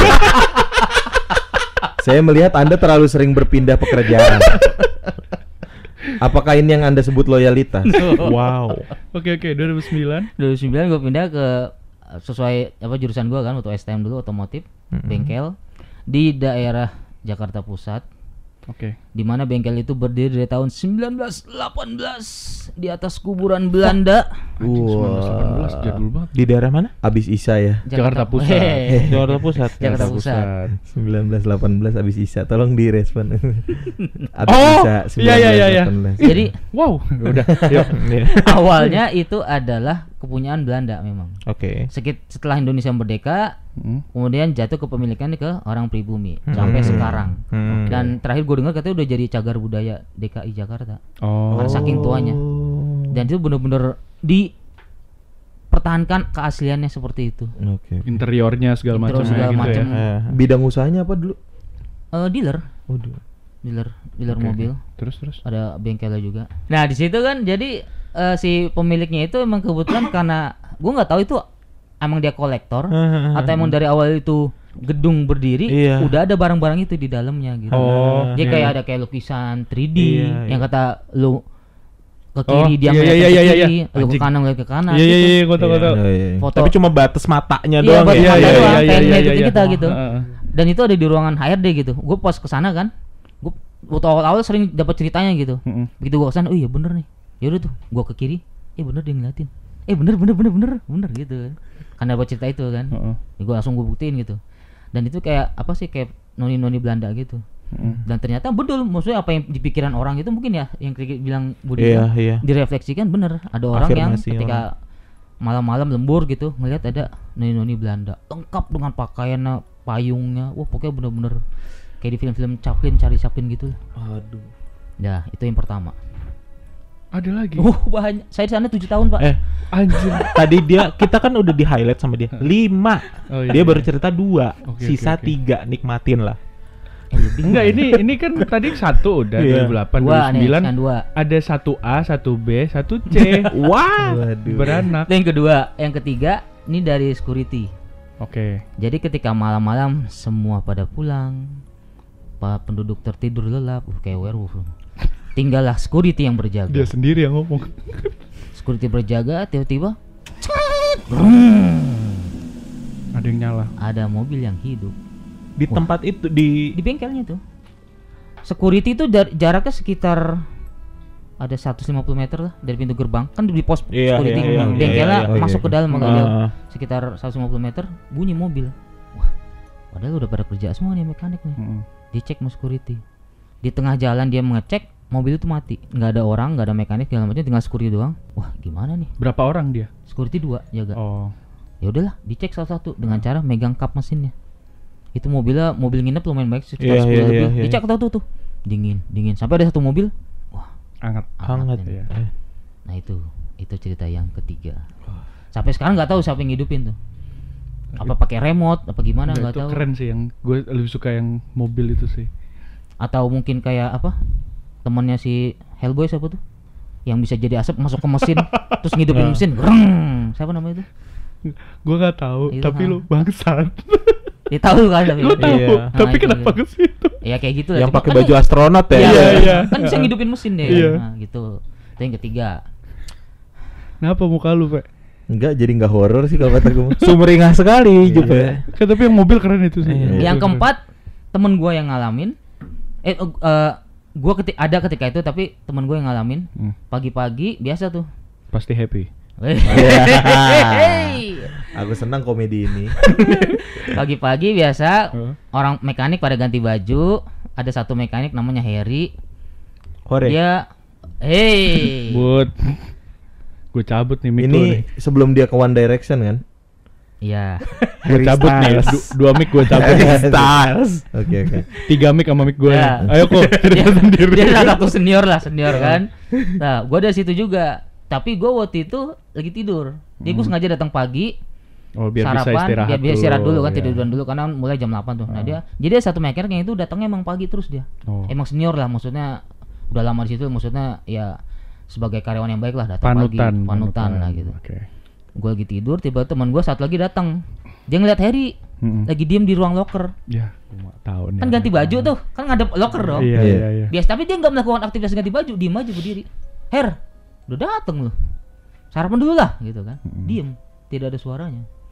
Saya melihat Anda terlalu sering berpindah pekerjaan. Apakah ini yang Anda sebut loyalitas? Wow. Oke, 2009. 2009 gue pindah ke sesuai apa jurusan gua kan waktu STM dulu otomotif, bengkel di daerah Jakarta Pusat. Oke. Di mana bengkel itu berdiri dari tahun 1918 di atas kuburan Belanda. Anjing 1918 jadul banget. Di daerah mana? Abis Isa ya. Jakarta Pusat. Hehehe. Jakarta Pusat. Jakarta Pusat. 1918 abis Isa. Tolong direspon. Abis Oh, Isa iya. 1918. Jadi Wow, udah. Yuk. awalnya itu adalah kepunyaan Belanda memang. Oke. Setelah Indonesia merdeka, kemudian jatuh kepemilikan ke orang pribumi sampai sekarang. Dan terakhir gue dengar katanya udah jadi cagar budaya DKI Jakarta. Oh. Karena saking tuanya. Dan itu bener-bener dipertahankan keasliannya seperti itu. Oke. Interiornya segala macam Interior segala gitu macam. ya. Bidang usahanya apa dulu? Dealer Waduh. dealer Oke. mobil. Terus. Ada bengkelnya juga. Nah di situ kan jadi si pemiliknya itu emang kebetulan karena gue nggak tahu itu emang dia kolektor atau emang dari awal itu gedung berdiri Iya. udah ada barang-barang itu di dalamnya gitu. Oh. Dia iya. kayak ada kayak lukisan 3D Iya, yang iya. kata lu ke kiri Oh, dia iya, ngeliat iya, ke iya, kiri, iya. lu ke Anjing. kanan ngeliat ke kanan Iya, gitu. iya, gua tahu. Oh, iya. Foto Tapi cuma batas matanya iya, doang batas ya. mata Iya, doang, iya, kayak iya, ngeliatin iya. kita gitu. Heeh. Dan itu ada di ruangan HRD gitu. Gue pas kesana kan, gue waktu awal-awal sering dapat ceritanya gitu. Begitu gue kesana, oh iya bener nih. Yaudah tuh, gue ke kiri, bener dia ngeliatin. Bener gitu. Karena dapat cerita itu kan. Heeh. Gue langsung gue buktiin gitu. Dan itu kayak apa sih kayak noni-noni Belanda gitu. Dan ternyata betul, maksudnya apa yang di pikiran orang itu mungkin ya yang bilang Budi Iya, kan, iya. direfleksikan bener. Ada orang yang Afirmasi ketika malam-malam lembur gitu ngelihat ada noni-noni Belanda lengkap dengan pakaiannya, payungnya, wah pokoknya bener-bener kayak di film-film Chaplin, Charlie Chaplin gitu. Aduh. Ya itu yang pertama. Ada lagi. Banyak. Saya di sana 7 tahun pak. Anjir. Tadi kita kan udah di highlight sama dia 5. Oh, iya, Dia iya. baru cerita 2. Oke, Sisa oke, oke. 3 nikmatin lah. Lebih Enggak, ini kan tadi 1 udah Iya. 2008, dua nih, 2009. sekarang 2. Ada 1A, 1B, 1C. Wah. Waduh. Beranak. Yang kedua, yang ketiga ini dari security. Oke. Jadi ketika malam-malam semua pada pulang, penduduk tertidur lelap, kayak werewolf. Tinggallah security yang berjaga. Dia sendiri yang ngomong. Security berjaga, tiba-tiba Ada yang nyala. ada mobil yang hidup Di tempat itu di di bengkelnya tuh. Security itu jaraknya sekitar ada 150 meter lah dari pintu gerbang. Kan di pos Iya, security iya, iya, bengkelnya iya, iya. masuk ke dalam agak Ah. jauh. Sekitar 150 meter bunyi mobil. Wah, padahal udah pada kerja semua nih mekanik nih. Dicek sama security. Di tengah jalan dia mengecek, mobil itu mati. Nggak ada orang, nggak ada mekanik, segala macam, tinggal security doang. Wah, gimana nih? Berapa orang dia? Security 2 jaga. Oh. Ya udahlah, dicek satu-satu dengan cara megang kap mesinnya. Itu mobil nginep lumayan baik sekitar Iya, 10 iya, lebih. iya, iya. Dicek tuh. Dingin. Sampai ada satu mobil. Wah, Hangat. hangat ini. Iya. Nah itu cerita yang ketiga. Sampai sekarang nggak tahu siapa yang ngidupin tuh. Apa pakai remote, apa gimana Enggak, nggak itu tahu. keren sih, yang gue lebih suka yang mobil itu sih. Atau mungkin kayak apa? Temannya si Hellboy siapa tuh? Yang bisa jadi asap masuk ke mesin terus ngidupin mesin. Greng. Siapa namanya itu? Gue nggak tahu, Itu, tapi ha. lu bangsat. Dia tahu kan tapi. Gue tahu, Iya. tapi Nah, itu kenapa gitu. ke situ? Ya kayak gitu lah. yang Cuma pakai kan baju astronot ya. Iya, iya. Kan bisa ngidupin mesin deh. Iya. Nah, gitu. Itu yang ketiga. Kenapa muka lu, Pak? Enggak, jadi enggak horor sih kalau kata gue. Sumringah sekali juga. Kan tapi yang mobil keren itu sih. Iya. Yang keempat, temen gua yang ngalamin. Gua ada ketika itu tapi temen gue yang ngalamin. Pagi-pagi biasa tuh. Pasti happy. Aku senang komedi ini. Pagi-pagi biasa Heeh. orang mekanik pada ganti baju. Ada satu mekanik namanya Harry. Korek. Dia But gue cabut nih mic lu Ini nih. sebelum dia ke One Direction kan? Iya. Gue cabut nih. Dua mic gue cabut. Styles. Oke. 3 mic sama mic gue. Ya. Ayo kok cerita sendiri. Dia salah satu senior kan. Nah, gua dari situ juga. Tapi gua waktu itu lagi tidur. Jadi gua sengaja datang pagi. Oh, biar bisa Sarapan, istirahat biar bisa istirahat dulu kan, ya. tiduran dulu karena mulai jam 8 tuh. Nah, dia jadi ada satu mekanik yang itu datangnya emang pagi terus dia. Oh. Emang senior lah, maksudnya udah lama di situ, maksudnya ya sebagai karyawan yang baik lah, datang Panutan, panutan lah gitu. Oke. Gue lagi tidur, tiba-tiba teman gue saat lagi datang. Dia ngeliat Harry lagi diem di ruang locker. Ya, gue nggak tahu nih. Kan ganti baju tuh, kan ngadep locker dong. Iya, Iya. iya, iya. Biasa, tapi dia nggak melakukan aktivitas ganti baju, diem aja berdiri. Her, udah dateng lu. Sarapan dulu lah, gitu kan. Diem, tidak ada suaranya.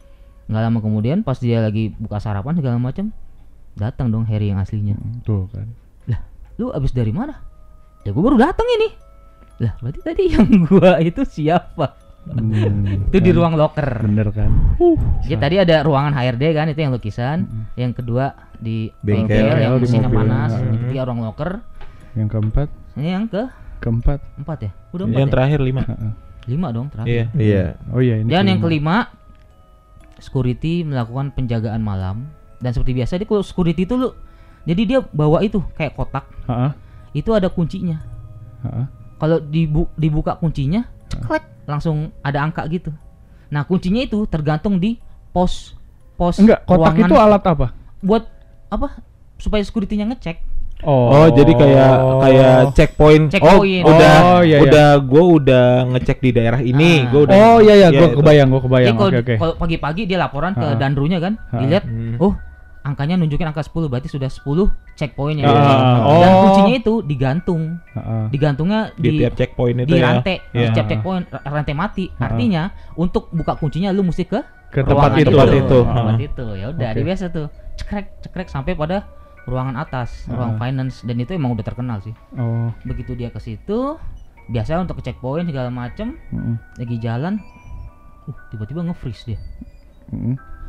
Nggak lama kemudian pas dia lagi buka sarapan segala macam, datang dong Harry yang aslinya. Tuh kan. Lah, lu abis dari mana? Ya gue baru datang ini. Lah, berarti tadi yang gua itu siapa? Itu di ruang locker. Bener kan. Ya tadi ada ruangan HRD kan, itu yang lukisan. Yang kedua di bengkel yang di mesinnya mobil. panas. Yang ketiga ruang locker. Yang keempat, Ini yang keempat. 4 ya? Udah 4 Yang ya? terakhir 5. 5 dong terakhir. Iya. Iya. Oh iya ini. Dan yang kelima. kelima, security melakukan penjagaan malam. Dan seperti biasa dia kalau security itu lu, jadi dia bawa itu kayak kotak. Heeh. Itu ada kuncinya. Heeh. Kalau dibuka kuncinya, ceklek langsung ada angka gitu. Nah kuncinya itu tergantung di pos Enggak, kotak ruangan. itu alat apa? Buat apa? Supaya security-nya ngecek. Oh, jadi kayak checkpoint. Checkpoint. Udah, Oh, iya, iya. gue udah ngecek di daerah ini. Ah. Gua udah. Oh iya Iya, gua itu. kebayang. Jadi Oke. kalau pagi-pagi dia laporan ke Ha-ha. Dandrunya kan, Ha-ha. dilihat, Hmm. oh angkanya nunjukin angka 10, berarti sudah 10 checkpointnya. Ah, Dan oh. kuncinya itu digantung. Heeh. Digantungnya Di tiap checkpoint itu di ya. rantai, Iya. di tiap checkpoint rantai mati. Artinya untuk buka kuncinya lu mesti ke Ke tempat ruangan itu. Tempat itu. Tempat Ha. itu. Ya udah, Oke. dia biasa tuh cekrek sampai pada ruangan atas, ruang finance, dan itu emang udah terkenal sih. Oh. Begitu dia ke situ, biasa untuk ke checkpoint segala macem, Heeh. lagi jalan, tiba-tiba nge-freeze dia. Heeh.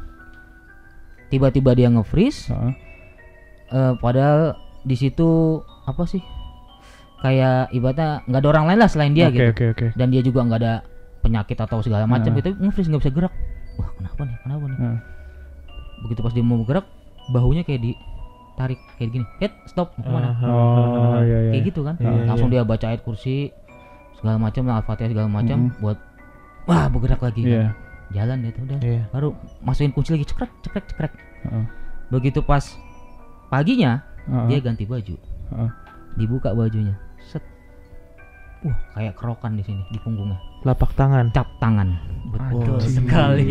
Tiba-tiba dia nge-freeze, Heeh. padahal di situ apa sih? Kayak ibaratnya nggak ada orang lain lah selain dia gitu. Oke. Dan dia juga nggak ada penyakit atau segala macam Nah. gitu, nge-freeze nggak bisa gerak. Wah kenapa nih? Heeh. Begitu pas dia mau bergerak, bahunya kayak ditarik kayak gini, stop, mau kemana? Oh iya. Kayak gitu kan. Iya, Langsung dia baca ayat kursi segala macam, Al-Fatihah segala macam buat wah bergerak lagi. Iya. Kan? Jalan dia tuh udah. Iya. Baru masukin kunci lagi cekrek. Heeh. Begitu pas paginya Heeh. dia ganti baju. Heeh. Dibuka bajunya. Set. Kayak kerokan di sini di punggungnya. Lapak tangan. Cap tangan. Betul Anjing. sekali.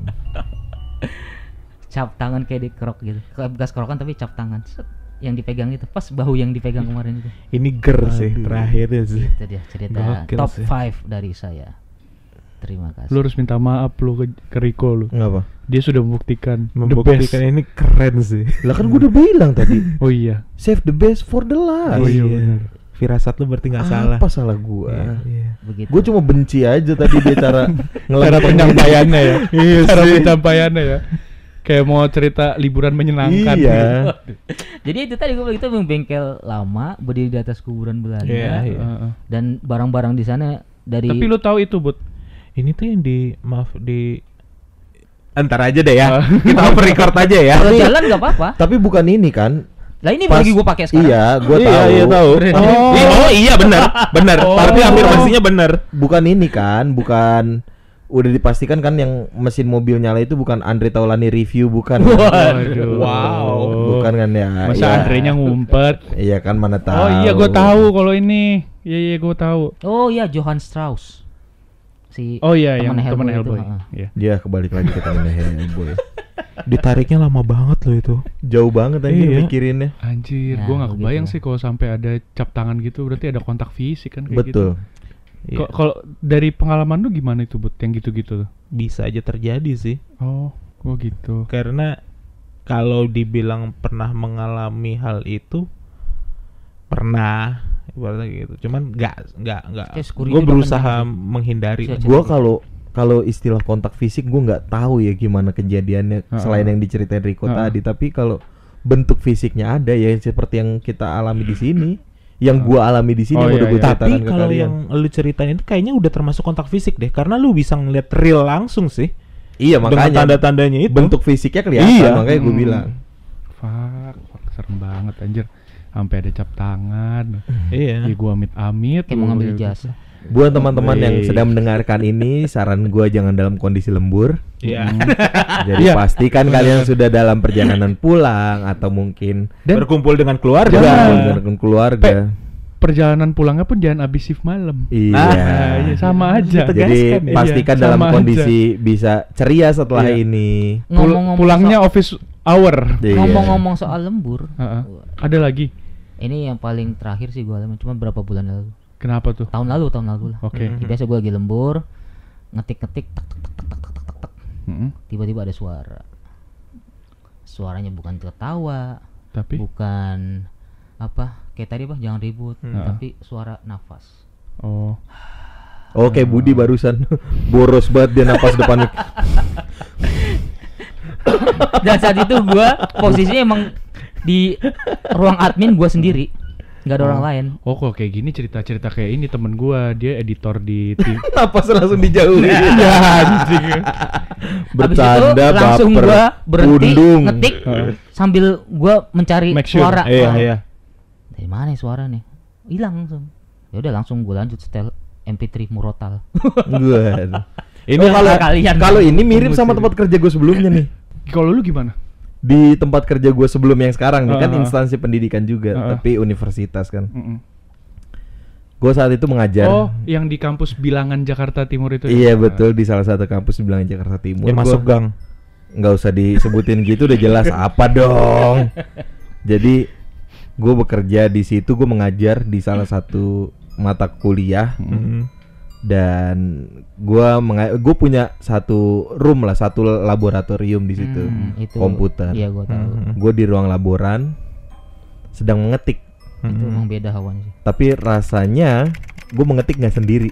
Cap tangan kayak dikerok gitu. Kayak bekas kerokan tapi cap tangan. Set. Yang dipegang itu pas bahu yang dipegang kemarin itu. Ini ger sih terakhirnya sih. Itu dia cerita Gokil top sih. 5 dari saya. Terima kasih. Lu harus minta maaf lu ke Rico lu. Ngapa? Dia sudah membuktikan the Membuktikan best. ini keren sih. Lah kan gue udah bilang tadi, Oh iya. save the best for the last. Oh iya benar. Firasat lu berarti nggak salah. Apa salah gua? Iya. Begitu. Gue cuma benci aja tadi dia cara Cara penyampaiannya ya. Iya Cara sih. penyampaiannya ya. Kayak mau cerita liburan menyenangkan. Iya. Jadi itu tadi gue bilang itu memang bengkel lama berdiri di atas kuburan Belanda. Iya, iya. Heeh. Dan barang-barang di sana dari Tapi lu tahu itu, Bud? Ini tuh yang di antar aja deh ya. Kita open record aja ya. kalau jalan nggak apa-apa. Tapi bukan ini kan? Lah ini Pas- lagi gue pakai sekarang. Iya, gue Iya, tahu. iya tahu. Oh iya benar. Oh. Tapi afirmasinya benar. Bukan ini kan? Bukan. Udah dipastikan kan yang mesin mobil nyala itu bukan Andre Taulani review, bukan? Waduh. Wow. Bukan kan ya? Masa Iya. Andrenya ngumpet? Iya kan, mana tahu. Oh iya, gue tahu kalau ini. Iya, gue tahu. Oh iya, Johann Strauss. Si Oh iya, yang temannya teman Hellboy Hellboy. itu, heeh. Iya. Dia kebalik lagi ke temennya Hellboy. Ditariknya lama banget loh itu. Jauh banget anjir Iya. mikirinnya. Anjir, Ya, gue nggak kebayang begitu sih kalau sampai ada cap tangan gitu. Berarti ada kontak fisik kan kayak Betul. gitu. Kalau dari pengalaman lu gimana itu, Bud? Yang gitu-gitu tuh? Bisa aja terjadi sih. Oh, gitu. Karena kalau dibilang pernah mengalami hal itu pernah ibaratnya gitu. Cuman nggak. Kayak security Gue udah berusaha kencang menghindari. Iya, Gua kalau istilah kontak fisik gue nggak tahu ya gimana kejadiannya selain yang diceritain Rico tadi. Tapi kalau bentuk fisiknya ada ya seperti yang kita alami di sini, yang gua alami di sini Oh, yang udah iya, gue iya. ceritakan Tapi ke kalau kalian. yang lu ceritain itu kayaknya udah termasuk kontak fisik deh, karena lu bisa ngeliat real langsung sih. Iya Dengan makanya tanda-tandanya itu. bentuk fisiknya kelihatan, Iya. makanya gue bilang. Fuck, serem banget anjir. Sampai ada cap tangan. Iya. Ya gua amit-amit. kayak mau lu, ngambil ya. ijazah. Buat teman-teman yang Wih. sedang mendengarkan ini, saran gua jangan dalam kondisi lembur. Iya. Jadi Iya. pastikan kalian sudah dalam perjalanan pulang atau mungkin Dan Berkumpul dengan keluarga. dengan keluarga. perjalanan pulangnya pun jangan habis shift malam. Iya. Nah, iya, sama aja. Jadi Tegaskan ya. pastikan Iya, dalam sama kondisi bisa ceria setelah Iya. ini. Ngomong-ngomong Pulangnya office hour. Iya. ngomong-ngomong soal lembur, Heeh. Ada lagi. ini yang paling terakhir sih gue alami, cuma berapa bulan lalu. Kenapa tuh? Tahun lalu lah. Oke. Biasa gue lagi lembur, ngetik tak tak tak tak tak tak tak tak. tiba-tiba ada suara. Suaranya bukan ketawa, Tapi bukan apa kayak tadi Pak, jangan ribut, tapi suara nafas. oh. Oke, Budi barusan boros banget dia napas depan. Dan saat itu gua posisinya emang di ruang admin gua sendiri, nggak ada orang lain. Oh, kok kayak gini cerita-cerita kayak ini temen gua, dia editor di tim. Napas langsung dijauhin. Ya anjing. Bercanda, langsung baper, gua berhenti pundung. ngetik sambil gua mencari Make sure. suara. Iya. Dari mana ya suara nih? Hilang langsung. Ya udah langsung gua lanjut setel MP3 Murotal. Waduh. Ini Kalau ini mirip sama tempat kerja gue sebelumnya nih. Kalau lu gimana? Di tempat kerja gue sebelum yang sekarang nih kan Heeh. instansi pendidikan juga, tapi universitas kan. Mm-mm. Gue saat itu mengajar. Oh, yang di kampus Bilangan Jakarta Timur itu. Iya ya? betul, di salah satu kampus di Bilangan Jakarta Timur. yang masuk Gua- gang. nggak usah disebutin gitu, udah jelas apa dong. Jadi gue bekerja di situ, gue mengajar di salah satu mata kuliah. Dan gue punya satu room lah, satu laboratorium di situ, Itu komputer. Iya gua tahu. Gue di ruang laboran sedang mengetik, Itu emang beda hawanya sih. tapi rasanya gue mengetik nggak sendiri.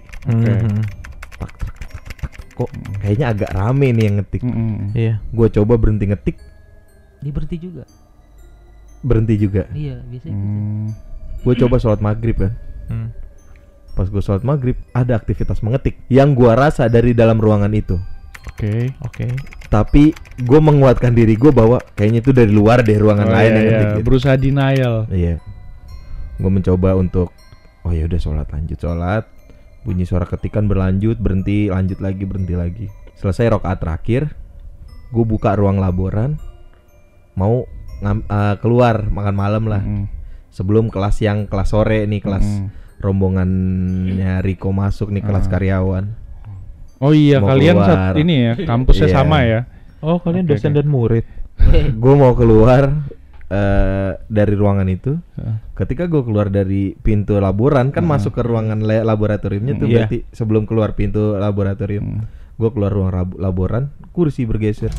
Kok kayaknya agak rame nih yang ngetik. Iya. Gue coba berhenti ngetik, Dia berhenti juga. berhenti juga. Iya, biasanya gitu. Gue coba sholat maghrib kan. Pas gue sholat maghrib ada aktivitas mengetik yang gue rasa dari dalam ruangan itu. Oke. Tapi gue menguatkan diri gue bahwa kayaknya itu dari luar deh, ruangan Oh, lain iya, yang iya. ngetik gitu. Berusaha denial. Iya. Gue mencoba untuk oh ya udah sholat, lanjut sholat. Bunyi suara ketikan berlanjut, berhenti, lanjut lagi, berhenti lagi. Selesai rakaat terakhir, gue buka ruang laboran, mau keluar makan malam lah. Sebelum kelas sore nih, kelas rombongannya Riko masuk nih, kelas karyawan. Oh iya, Mau kalian keluar. ini ya, kampusnya Iya. sama ya. Oh, kalian Oke, dosen oke. dan murid. Gue mau keluar dari ruangan itu. Heeh. Ketika gue keluar dari pintu laboran kan masuk ke ruangan laboratoriumnya tuh, Iya. berarti sebelum keluar pintu laboratorium, gue keluar ruang laboran, kursi bergeser.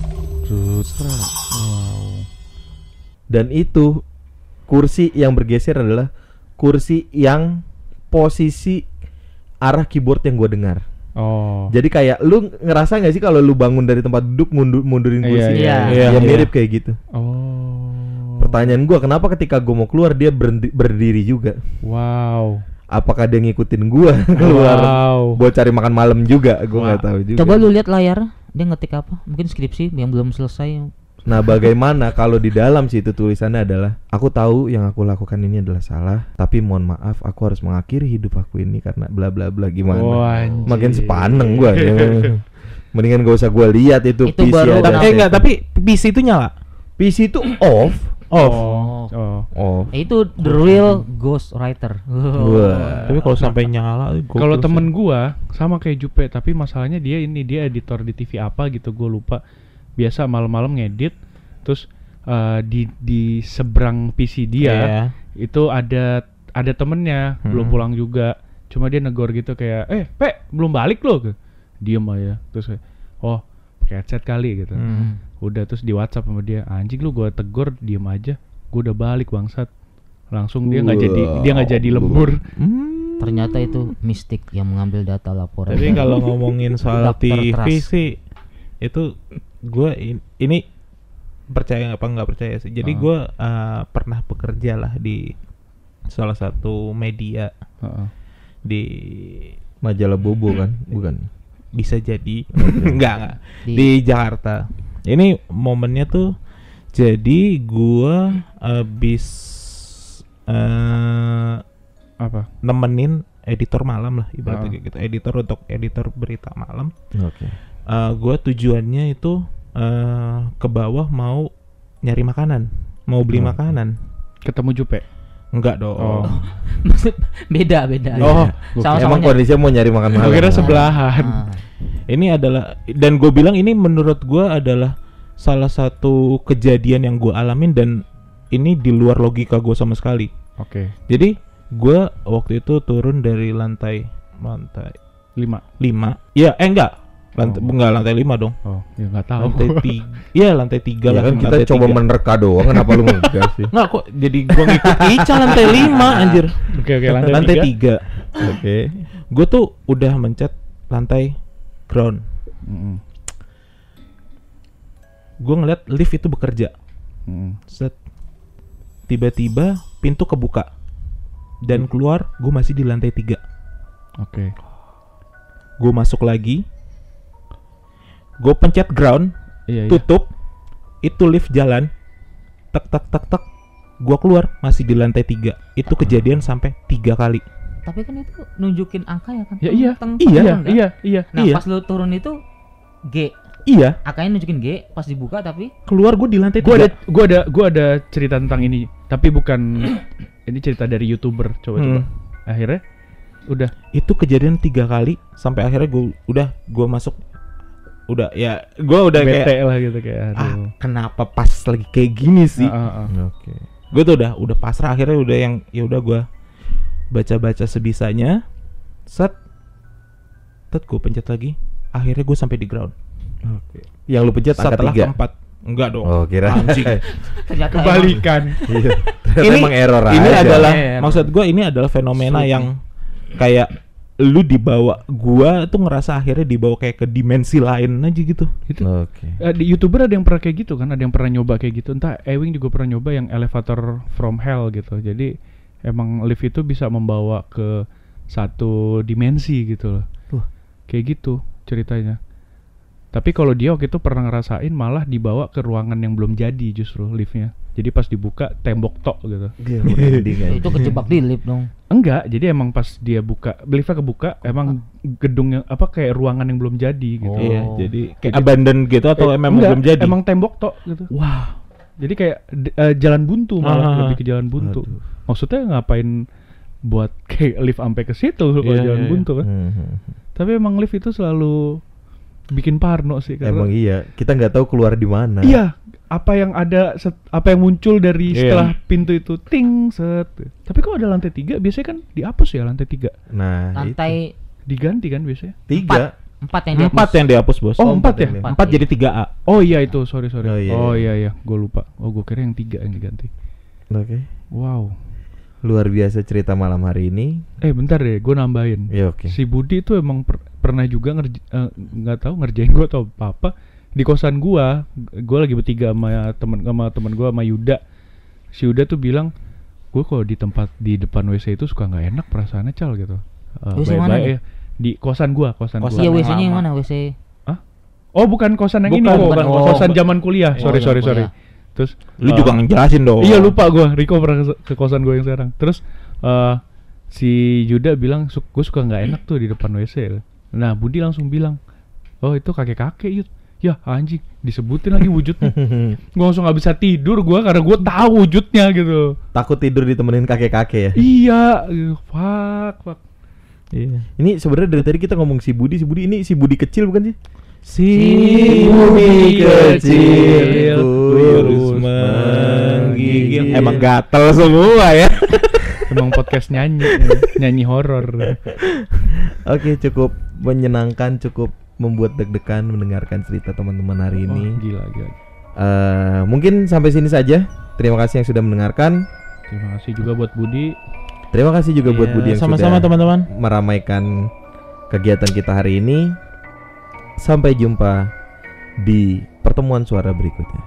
Dan itu kursi yang bergeser adalah kursi yang posisi arah keyboard yang gue dengar. Oh. Jadi kayak lu ngerasa nggak sih kalau lu bangun dari tempat duduk mundurin Iya, kursi? iya. Ya Iya. mirip kayak gitu. Oh. Pertanyaan gua, kenapa ketika gua mau keluar dia berdiri juga? Wow. Apakah dia ngikutin gua keluar Wow. buat cari makan malam juga? Gua nggak tahu juga. Coba lu lihat layar, dia ngetik apa? Mungkin skripsi yang belum selesai. Nah, bagaimana kalau di dalam situ tulisannya adalah aku tahu yang aku lakukan ini adalah salah, tapi mohon maaf aku harus mengakhiri hidup aku ini karena bla bla bla gimana. Oh, anjir. Makin sepaneng gua. Mendingan gak usah gua lihat itu Itu PC baru ada. kenapa? Enggak, tapi PC itu nyala. PC itu off. Oh. Oh. Off. Itu the real ghost writer. Wah. Tapi kalau sampai nyala, Kalau temen gua sama kayak Jupe, tapi masalahnya dia editor di TV apa gitu, gua lupa. Biasa malam-malam ngedit, terus di seberang PC dia Iya. itu ada temennya belum pulang juga, cuma dia negor gitu kayak Pe belum balik lo, diem aja, terus kayak oh pakai headset kali gitu. Udah terus di WhatsApp sama dia, anjing lu, gua tegur diem aja, gua udah balik bangsat, langsung dia nggak jadi lembur. Ternyata itu mistik yang mengambil data laporan. Tapi kalau ngomongin soal Dr. TV Trust. sih, itu gue ini percaya apa nggak percaya sih. Jadi gue pernah bekerja lah di salah satu media Heeh. di Majalah Bobo kan? Bukan. bisa jadi enggak Di- di Jakarta. Ini momennya tuh jadi gue habis Apa? nemenin editor malam lah ibaratnya Ah. kayak gitu, editor berita malam. Oke. Gue tujuannya itu ke bawah mau nyari makanan, mau beli makanan. Ketemu Jupe. Enggak dong. Oh. Maksud beda. Oh, Sama-sama Emang kondisinya mau nyari makan malam. Gua kira sebelahan. Ini adalah, dan gue bilang ini menurut gue adalah salah satu kejadian yang gue alamin dan ini di luar logika gue sama sekali. Oke. Jadi gue waktu itu turun dari lantai 5. 5. Ya, enggak. Lantai 5 dong. Oh, ya nggak tahu. Lantai 3. Iya, lantai 3 Ya lah. kan kita lantai coba 3. menerka doang, kenapa lu ngegas sih? Nggak kok jadi gua ngikut Ica lantai 5 anjir. Oke, lantai Lantai 3. 3. Oke. Gue tuh udah mencet lantai ground. Gue ngeliat lift itu bekerja. Set. Tiba-tiba pintu kebuka dan keluar, gue masih di lantai 3. Oke. Gue masuk lagi, gue pencet ground, Iya. tutup, itu lift jalan, tak tak tak tak, gue keluar masih di lantai 3. Itu kejadian sampai 3 kali. Tapi kan itu nunjukin angka ya kan? Ya iya. Iya. Nah Iya. pas lu turun itu G, Iya, angkanya nunjukin G, pas dibuka tapi keluar gue di lantai 3. Gua ada cerita tentang ini, tapi bukan ini cerita dari YouTuber. Coba. Akhirnya udah Itu kejadian 3 kali sampai akhirnya gue masuk, udah ya gue udah bete kayak lah gitu kayak aduh. kenapa pas lagi kayak gini sih. Oke. Gue tuh udah pasrah, akhirnya udah yang ya udah gue baca sebisanya, set gue pencet lagi, akhirnya gue sampai di ground Oke. Yang lu pencet angka setelah 3. keempat. Enggak dong. Oh, kira. Anjing. ternyata Kebalikan. Iya. Ternyata emang error ini aja. adalah Error. maksud gue ini adalah fenomena yang kayak lu dibawa, gua tuh ngerasa akhirnya dibawa kayak ke dimensi lain aja gitu. Itu Oke. di YouTuber ada yang pernah kayak gitu kan, ada yang pernah nyoba kayak gitu. Entah Ewing juga pernah nyoba yang elevator from hell gitu. Jadi emang lift itu bisa membawa ke satu dimensi gitu loh. Kayak gitu ceritanya. Tapi kalau dia waktu itu pernah ngerasain malah dibawa ke ruangan yang belum jadi justru liftnya. Jadi pas dibuka tembok tok gitu. Dia merinding aja. itu kejebak di lift dong. Enggak, jadi emang pas dia buka, liftnya kebuka, emang gedung yang apa kayak ruangan yang belum jadi gitu. Oh. Iya, jadi kayak abandon gitu atau memang enggak, belum jadi? Emang tembok tok gitu. Wah, Jadi kayak jalan buntu malah, lebih ke jalan buntu. Aduh. Maksudnya ngapain buat kayak lift sampai ke situ kalau Iya, jalan iya, buntu kan. Tapi emang lift itu selalu bikin parno sih karena Emang iya, kita nggak tahu keluar di mana. iya, apa yang ada apa yang muncul dari Iya. setelah pintu itu ting set. Tapi kalau ada lantai 3 biasanya kan dihapus ya lantai 3. Nah, Lantai Diganti kan biasanya. 3. 4 yang dihapus. 4 yang dihapus bos. Oh, 4 ya? yang 4 jadi 3A. Oh iya itu, sorry. Oh, iya, Oh iya. iya, gue lupa. Oh gue kira yang 3 yang diganti. Oke. Wow. Luar biasa cerita malam hari ini. Bentar deh, gue nambahin. Ya oke. Si Budi itu emang pernah juga nggak tahu ngerjain gue atau apa di kosan gue lagi bertiga sama temen gue sama Yuda. Si Yuda tuh bilang, gue kalau di depan WC itu suka nggak enak perasaannya Cal gitu. WC mana nih? Di kosan gue. Kosan Iya, yang WC-nya yang lama. mana? WC. Oh bukan kosan yang ini Bukan, kok, bukan kosan kosan. zaman kuliah. Oh, Sorry. zaman kuliah. Terus Lu juga ngejelasin dong. Iya lupa gue, Riko pernah ke kosan gue yang sekarang. Terus si Yuda bilang, gue suka nggak enak tuh di depan WC. Nah Budi langsung bilang, oh itu kakek-kakek Yud. Ya anjing, disebutin lagi wujudnya. Gue langsung nggak bisa tidur gue karena gue tahu wujudnya gitu. Takut tidur ditemenin kakek-kakek ya. Iya, fuck. Iya. Ini sebenarnya dari tadi kita ngomong si Budi ini si Budi kecil bukan sih? Si Budi kecil, kurus menggigil. Emang gatel semua ya. Emang podcast nyanyi horor. Oke, cukup menyenangkan, cukup membuat deg-degan mendengarkan cerita teman-teman hari ini. Oh, gila. Mungkin sampai sini saja. Terima kasih yang sudah mendengarkan. Terima kasih juga buat Budi. Terima kasih juga buat Iya, Budi yang sama-sama sudah teman-teman. meramaikan kegiatan kita hari ini. Sampai jumpa di pertemuan suara berikutnya.